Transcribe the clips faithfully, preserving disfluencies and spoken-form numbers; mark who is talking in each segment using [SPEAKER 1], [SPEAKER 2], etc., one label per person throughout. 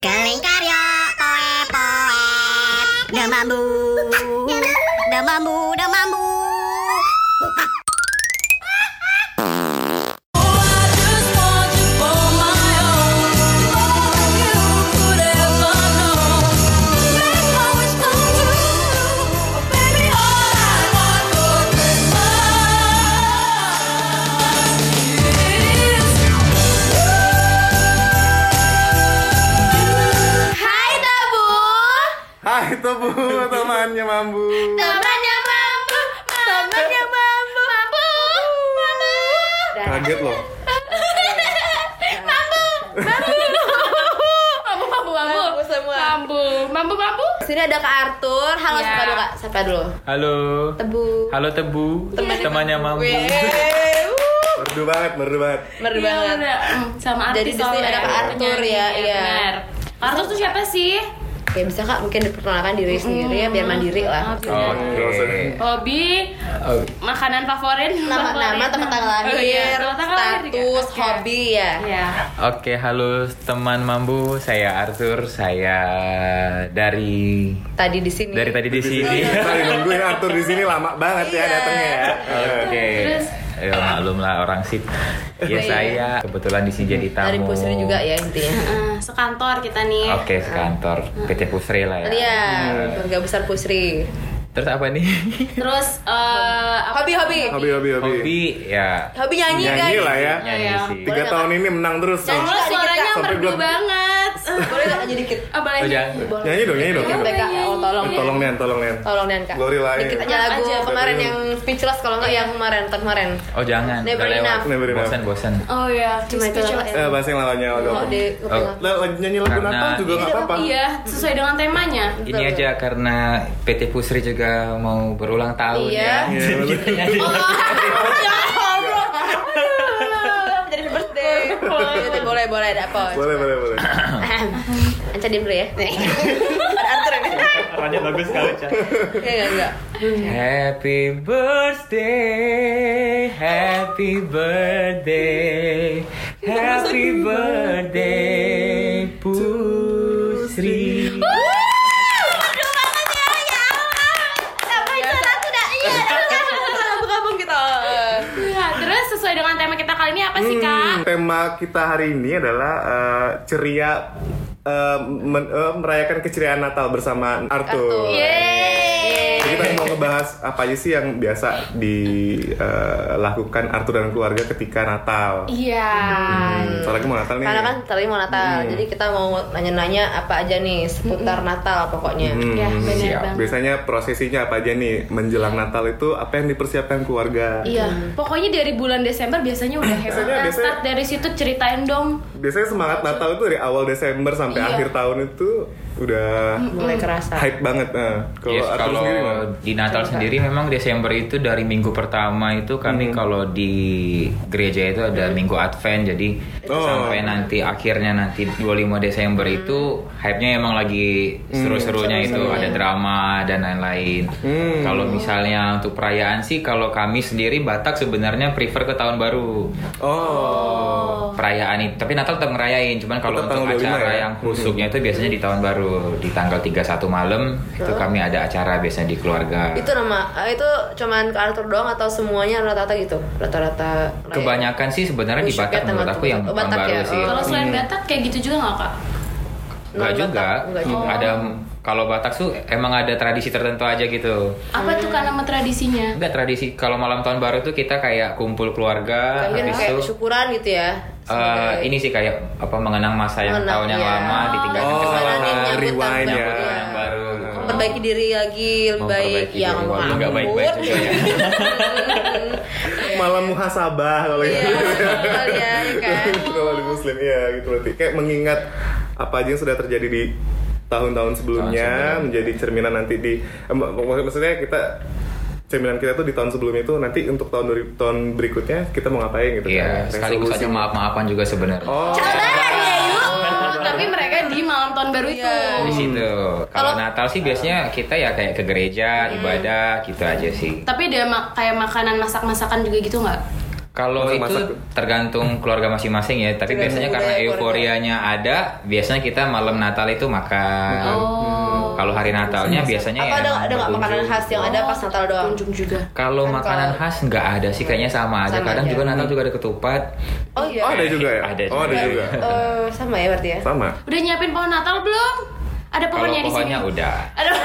[SPEAKER 1] Kelingkarya poe-poe Demambu Demambu Demambu
[SPEAKER 2] Itu Bu, temannya Mambu.
[SPEAKER 3] Temannya Mambu, temannya Mambu, Mambu, Mambu.
[SPEAKER 2] Kaget loh.
[SPEAKER 3] Mambu, Mambu, Mambu, Mambu, Mambu
[SPEAKER 4] semua.
[SPEAKER 3] Mambu, Mambu, Mambu.
[SPEAKER 4] Sini ada Kak Arthur. Halo,
[SPEAKER 3] Ya.
[SPEAKER 4] siapa dulu Kak? Siapa dulu?
[SPEAKER 5] Halo.
[SPEAKER 4] Tebu.
[SPEAKER 5] Halo Tebu. Temannya Mambu.
[SPEAKER 2] Merdu banget, merdu banget.
[SPEAKER 4] Merdu
[SPEAKER 3] Iya,
[SPEAKER 4] banget.
[SPEAKER 3] udah. Hmm, sama artis.
[SPEAKER 4] Jadi di sini
[SPEAKER 3] soalnya.
[SPEAKER 4] ada Kak Arthur
[SPEAKER 3] Penyanyi,
[SPEAKER 4] ya, iya.
[SPEAKER 3] benar. Kak Arthur tuh siapa sih?
[SPEAKER 4] Ya bisa Kak mungkin diperkenalkan diri sendiri ya biar mandiri lah.
[SPEAKER 5] Oke.
[SPEAKER 3] Hobi,
[SPEAKER 5] Oh,
[SPEAKER 3] makanan favorit,
[SPEAKER 4] Nama-nama, tempat tanggal lahir,
[SPEAKER 3] Oh, iya, tempat tanggal lahir juga.
[SPEAKER 4] status,
[SPEAKER 3] Oke.
[SPEAKER 4] hobi ya.
[SPEAKER 3] Iya.
[SPEAKER 5] Oke, halo teman Mambu. Saya Arthur. Saya dari
[SPEAKER 4] Tadi di sini.
[SPEAKER 5] dari tadi di sini.
[SPEAKER 2] Tadi nungguin Arthur di sini lama banget ya
[SPEAKER 4] Iya.
[SPEAKER 2] datangnya ya.
[SPEAKER 5] Oke.
[SPEAKER 3] Terus?
[SPEAKER 5] Ya maklum lah orang sip. Ya saya kebetulan di sini jadi tamu.
[SPEAKER 4] Dari Pusri juga ya intinya.
[SPEAKER 3] Eh, sekantor kita nih.
[SPEAKER 5] Oke, sekantor P T Pusri lah ya.
[SPEAKER 4] Iya, keluarga besar Pusri.
[SPEAKER 5] Terus apa nih?
[SPEAKER 3] Terus eh, apa-
[SPEAKER 4] Hobi-hobi.
[SPEAKER 2] Hobi, hobi, hobi.
[SPEAKER 5] Hobi ya.
[SPEAKER 4] Hobi nyanyi,
[SPEAKER 2] Nyanyi
[SPEAKER 4] guys.
[SPEAKER 2] lah ya.
[SPEAKER 5] Nyanyi
[SPEAKER 3] Iya.
[SPEAKER 5] sih.
[SPEAKER 2] Tiga tahun ini menang terus.
[SPEAKER 4] Nyanyi.
[SPEAKER 2] nih.
[SPEAKER 3] Terus suaranya
[SPEAKER 2] Sampai
[SPEAKER 3] merdu
[SPEAKER 2] gua-
[SPEAKER 3] banget.
[SPEAKER 4] Boleh nggak aja dikit?
[SPEAKER 3] Oh, boleh.
[SPEAKER 5] Oh, jangan.
[SPEAKER 4] Boleh.
[SPEAKER 2] Nyanyi dong, nyanyi dong.
[SPEAKER 4] Dikit deh, Kak. Oh, tolong.
[SPEAKER 2] Eh, Tolong Nian, tolong Nian.
[SPEAKER 4] Tolong Nian Kak.
[SPEAKER 2] Glory lain.
[SPEAKER 4] Dikit aja lagu
[SPEAKER 3] Aja.
[SPEAKER 4] kemarin yang speechless kalau nggak yang kemarin, tahun kemarin.
[SPEAKER 5] Oh jangan.
[SPEAKER 4] Never
[SPEAKER 5] Udah lewat.
[SPEAKER 4] enough.
[SPEAKER 2] Never enough.
[SPEAKER 5] Bosan, bosan.
[SPEAKER 3] Oh iya,
[SPEAKER 4] Cuma itu lah
[SPEAKER 2] Eh, bahasa yang lawannya
[SPEAKER 4] Oh,
[SPEAKER 2] agak.
[SPEAKER 4] di
[SPEAKER 5] Oh.
[SPEAKER 2] Lah, nyanyi lagu
[SPEAKER 5] Karena-
[SPEAKER 2] Natal juga nggak apa-apa.
[SPEAKER 3] Iya, sesuai dengan temanya.
[SPEAKER 5] Ini aja karena P T Pusri juga mau berulang tahun
[SPEAKER 4] Iya.
[SPEAKER 5] ya.
[SPEAKER 2] Iya,
[SPEAKER 5] Kita nyanyi.
[SPEAKER 4] Jadi birthday. Boleh, boleh, boleh, ada apa?
[SPEAKER 2] Boleh, boleh, boleh.
[SPEAKER 4] Anca diem dulu ya. Ada Arthur ini.
[SPEAKER 5] Apanya bagus sekali, Cak.
[SPEAKER 4] Enggak, enggak.
[SPEAKER 5] Happy birthday, happy birthday, happy birthday, Pusri.
[SPEAKER 4] Kabung-kabung kita.
[SPEAKER 3] Iya, terus sesuai dengan tema kita kali ini apa sih, Kak?
[SPEAKER 2] Hmm, tema kita hari ini adalah eh, ceria eh, men- eh, merayakan keceriaan Natal bersama Arthur.
[SPEAKER 4] Yeay.
[SPEAKER 2] Jadi kita mau ngebahas apa aja sih yang biasa dilakukan Arthur dan keluarga ketika Natal.
[SPEAKER 3] Iya.
[SPEAKER 2] Hmm, soalnya mau Natal nih.
[SPEAKER 4] Karena kan tadi mau Natal,
[SPEAKER 2] Hmm.
[SPEAKER 4] jadi kita mau nanya-nanya apa aja nih seputar Natal pokoknya.
[SPEAKER 2] Hmm,
[SPEAKER 3] Ya, benar
[SPEAKER 5] siap.
[SPEAKER 3] banget.
[SPEAKER 2] biasanya prosesinya apa aja nih menjelang Natal itu apa yang dipersiapkan keluarga?
[SPEAKER 3] Iya, pokoknya dari bulan Desember biasanya udah hebat.
[SPEAKER 2] Biasanya-
[SPEAKER 3] Nah,
[SPEAKER 2] biasanya-
[SPEAKER 3] start dari situ ceritain dong.
[SPEAKER 2] Biasanya semangat Natal itu dari awal Desember sampai
[SPEAKER 3] Iya.
[SPEAKER 2] akhir tahun itu udah
[SPEAKER 4] Mulai kerasa.
[SPEAKER 2] hype banget. Nah, kalau
[SPEAKER 5] Yes,
[SPEAKER 2] Arthur
[SPEAKER 5] kalau
[SPEAKER 2] sendiri gimana?
[SPEAKER 5] di Natal sendiri memang Desember itu dari minggu pertama itu kami kalau di gereja itu ada minggu Advent, jadi
[SPEAKER 2] Oh.
[SPEAKER 5] sampai nanti akhirnya nanti dua puluh lima Desember itu hype-nya emang lagi seru-serunya itu ada drama dan lain-lain.
[SPEAKER 2] Hmm.
[SPEAKER 5] Kalau misalnya untuk perayaan sih kalau kami sendiri Batak sebenarnya prefer ke tahun baru.
[SPEAKER 2] Oh.
[SPEAKER 5] Perayaan itu, tapi Natal tetap ngerayain, cuman kalau
[SPEAKER 2] Tetap
[SPEAKER 5] untuk
[SPEAKER 2] tanggal dua puluh lima
[SPEAKER 5] acara
[SPEAKER 2] ya?
[SPEAKER 5] yang khususnya itu biasanya di tahun baru di tanggal tiga puluh satu malam itu kami ada acara biasanya di keluarga.
[SPEAKER 4] Itu nama eh, itu cuman ke Arthur doang atau semuanya rata-rata gitu? Rata-rata raya?
[SPEAKER 5] Kebanyakan sih sebenarnya di
[SPEAKER 4] Musyuk ya,
[SPEAKER 5] Batak menurut aku yang
[SPEAKER 4] Oh,
[SPEAKER 5] tahun
[SPEAKER 4] Batak
[SPEAKER 5] baru
[SPEAKER 4] ya?
[SPEAKER 5] sih.
[SPEAKER 4] Oh.
[SPEAKER 3] Kalau selain Batak kayak gitu juga nggak, Kak?
[SPEAKER 5] Enggak
[SPEAKER 4] Non
[SPEAKER 5] juga.
[SPEAKER 4] Batak, enggak juga.
[SPEAKER 5] Ada kalau Batak tuh emang ada tradisi tertentu aja gitu.
[SPEAKER 3] Apa tuh kan nama tradisinya?
[SPEAKER 5] Enggak tradisi kalau malam tahun baru tuh kita kayak kumpul keluarga
[SPEAKER 4] Mungkin
[SPEAKER 5] habis
[SPEAKER 4] kayak
[SPEAKER 5] itu
[SPEAKER 4] syukuran gitu ya.
[SPEAKER 5] eh,
[SPEAKER 4] Sebagai-
[SPEAKER 5] ini sih kayak apa mengenang masa yang
[SPEAKER 4] Mengenang,
[SPEAKER 5] tahun yang
[SPEAKER 4] ya.
[SPEAKER 5] lama ditinggalkan
[SPEAKER 2] Oh,
[SPEAKER 5] kesalahan
[SPEAKER 4] nyambut
[SPEAKER 2] rewind
[SPEAKER 4] tahun
[SPEAKER 2] ya.
[SPEAKER 4] baru
[SPEAKER 5] yang baru.
[SPEAKER 4] Memperbaiki diri lagi lebih baik
[SPEAKER 5] Memperbaiki
[SPEAKER 4] yang
[SPEAKER 5] diri, walaupun nggak baik-baik juga ya.
[SPEAKER 2] Malam muhasabah kalau
[SPEAKER 4] Iya,
[SPEAKER 2] gitu.
[SPEAKER 4] kali ya, ya kan.
[SPEAKER 2] Kalau di Muslim ya gitu berarti kayak mengingat apa aja yang sudah terjadi di tahun-tahun sebelumnya
[SPEAKER 5] Tahun sebelum.
[SPEAKER 2] menjadi cerminan nanti di eh, mak- mak- maksudnya kita cerminan kita tuh di tahun sebelumnya itu nanti untuk tahun dari tahun berikutnya kita mau ngapain gitu
[SPEAKER 5] Iya,
[SPEAKER 2] kan.
[SPEAKER 5] sekaligus aja
[SPEAKER 2] Resolusi.
[SPEAKER 5] maaf-maafan juga sebenarnya.
[SPEAKER 2] Oh.
[SPEAKER 3] Tapi mereka di malam tahun baru itu.
[SPEAKER 4] Iya.
[SPEAKER 5] Di situ. Kalau Natal sih biasanya kita ya kayak ke gereja, ibadah gitu aja sih.
[SPEAKER 3] Tapi ada ma- kayak makanan masak-masakan juga gitu nggak?
[SPEAKER 5] Kalau itu
[SPEAKER 2] Masak-masak.
[SPEAKER 5] tergantung keluarga masing-masing ya, tapi
[SPEAKER 4] Tergantung
[SPEAKER 5] biasanya karena
[SPEAKER 4] budaya
[SPEAKER 5] euforianya ada, biasanya kita malam Natal itu makan.
[SPEAKER 3] Oh.
[SPEAKER 5] Kalau hari Natalnya biasanya
[SPEAKER 4] Apa
[SPEAKER 5] ya
[SPEAKER 4] ada
[SPEAKER 5] emang
[SPEAKER 4] ada nggak makanan
[SPEAKER 5] berkunjung.
[SPEAKER 4] khas yang ada pas Natal doang?
[SPEAKER 3] Kunjung juga.
[SPEAKER 5] Kalau
[SPEAKER 4] Kan
[SPEAKER 5] makanan
[SPEAKER 4] kalau-
[SPEAKER 5] khas nggak ada sih, kayaknya sama aja.
[SPEAKER 4] Sama
[SPEAKER 5] Kadang
[SPEAKER 4] aja.
[SPEAKER 5] juga Natal juga ada ketupat.
[SPEAKER 4] Oh iya.
[SPEAKER 2] Oh ada juga ya?
[SPEAKER 5] Ada
[SPEAKER 2] Oh ada juga.
[SPEAKER 4] Eh, sama ya berarti ya.
[SPEAKER 2] Sama.
[SPEAKER 3] Udah nyiapin pohon Natal belum? Ada
[SPEAKER 5] Kalau
[SPEAKER 3] pohonnya di sini.
[SPEAKER 5] pohonnya udah.
[SPEAKER 3] Aduh.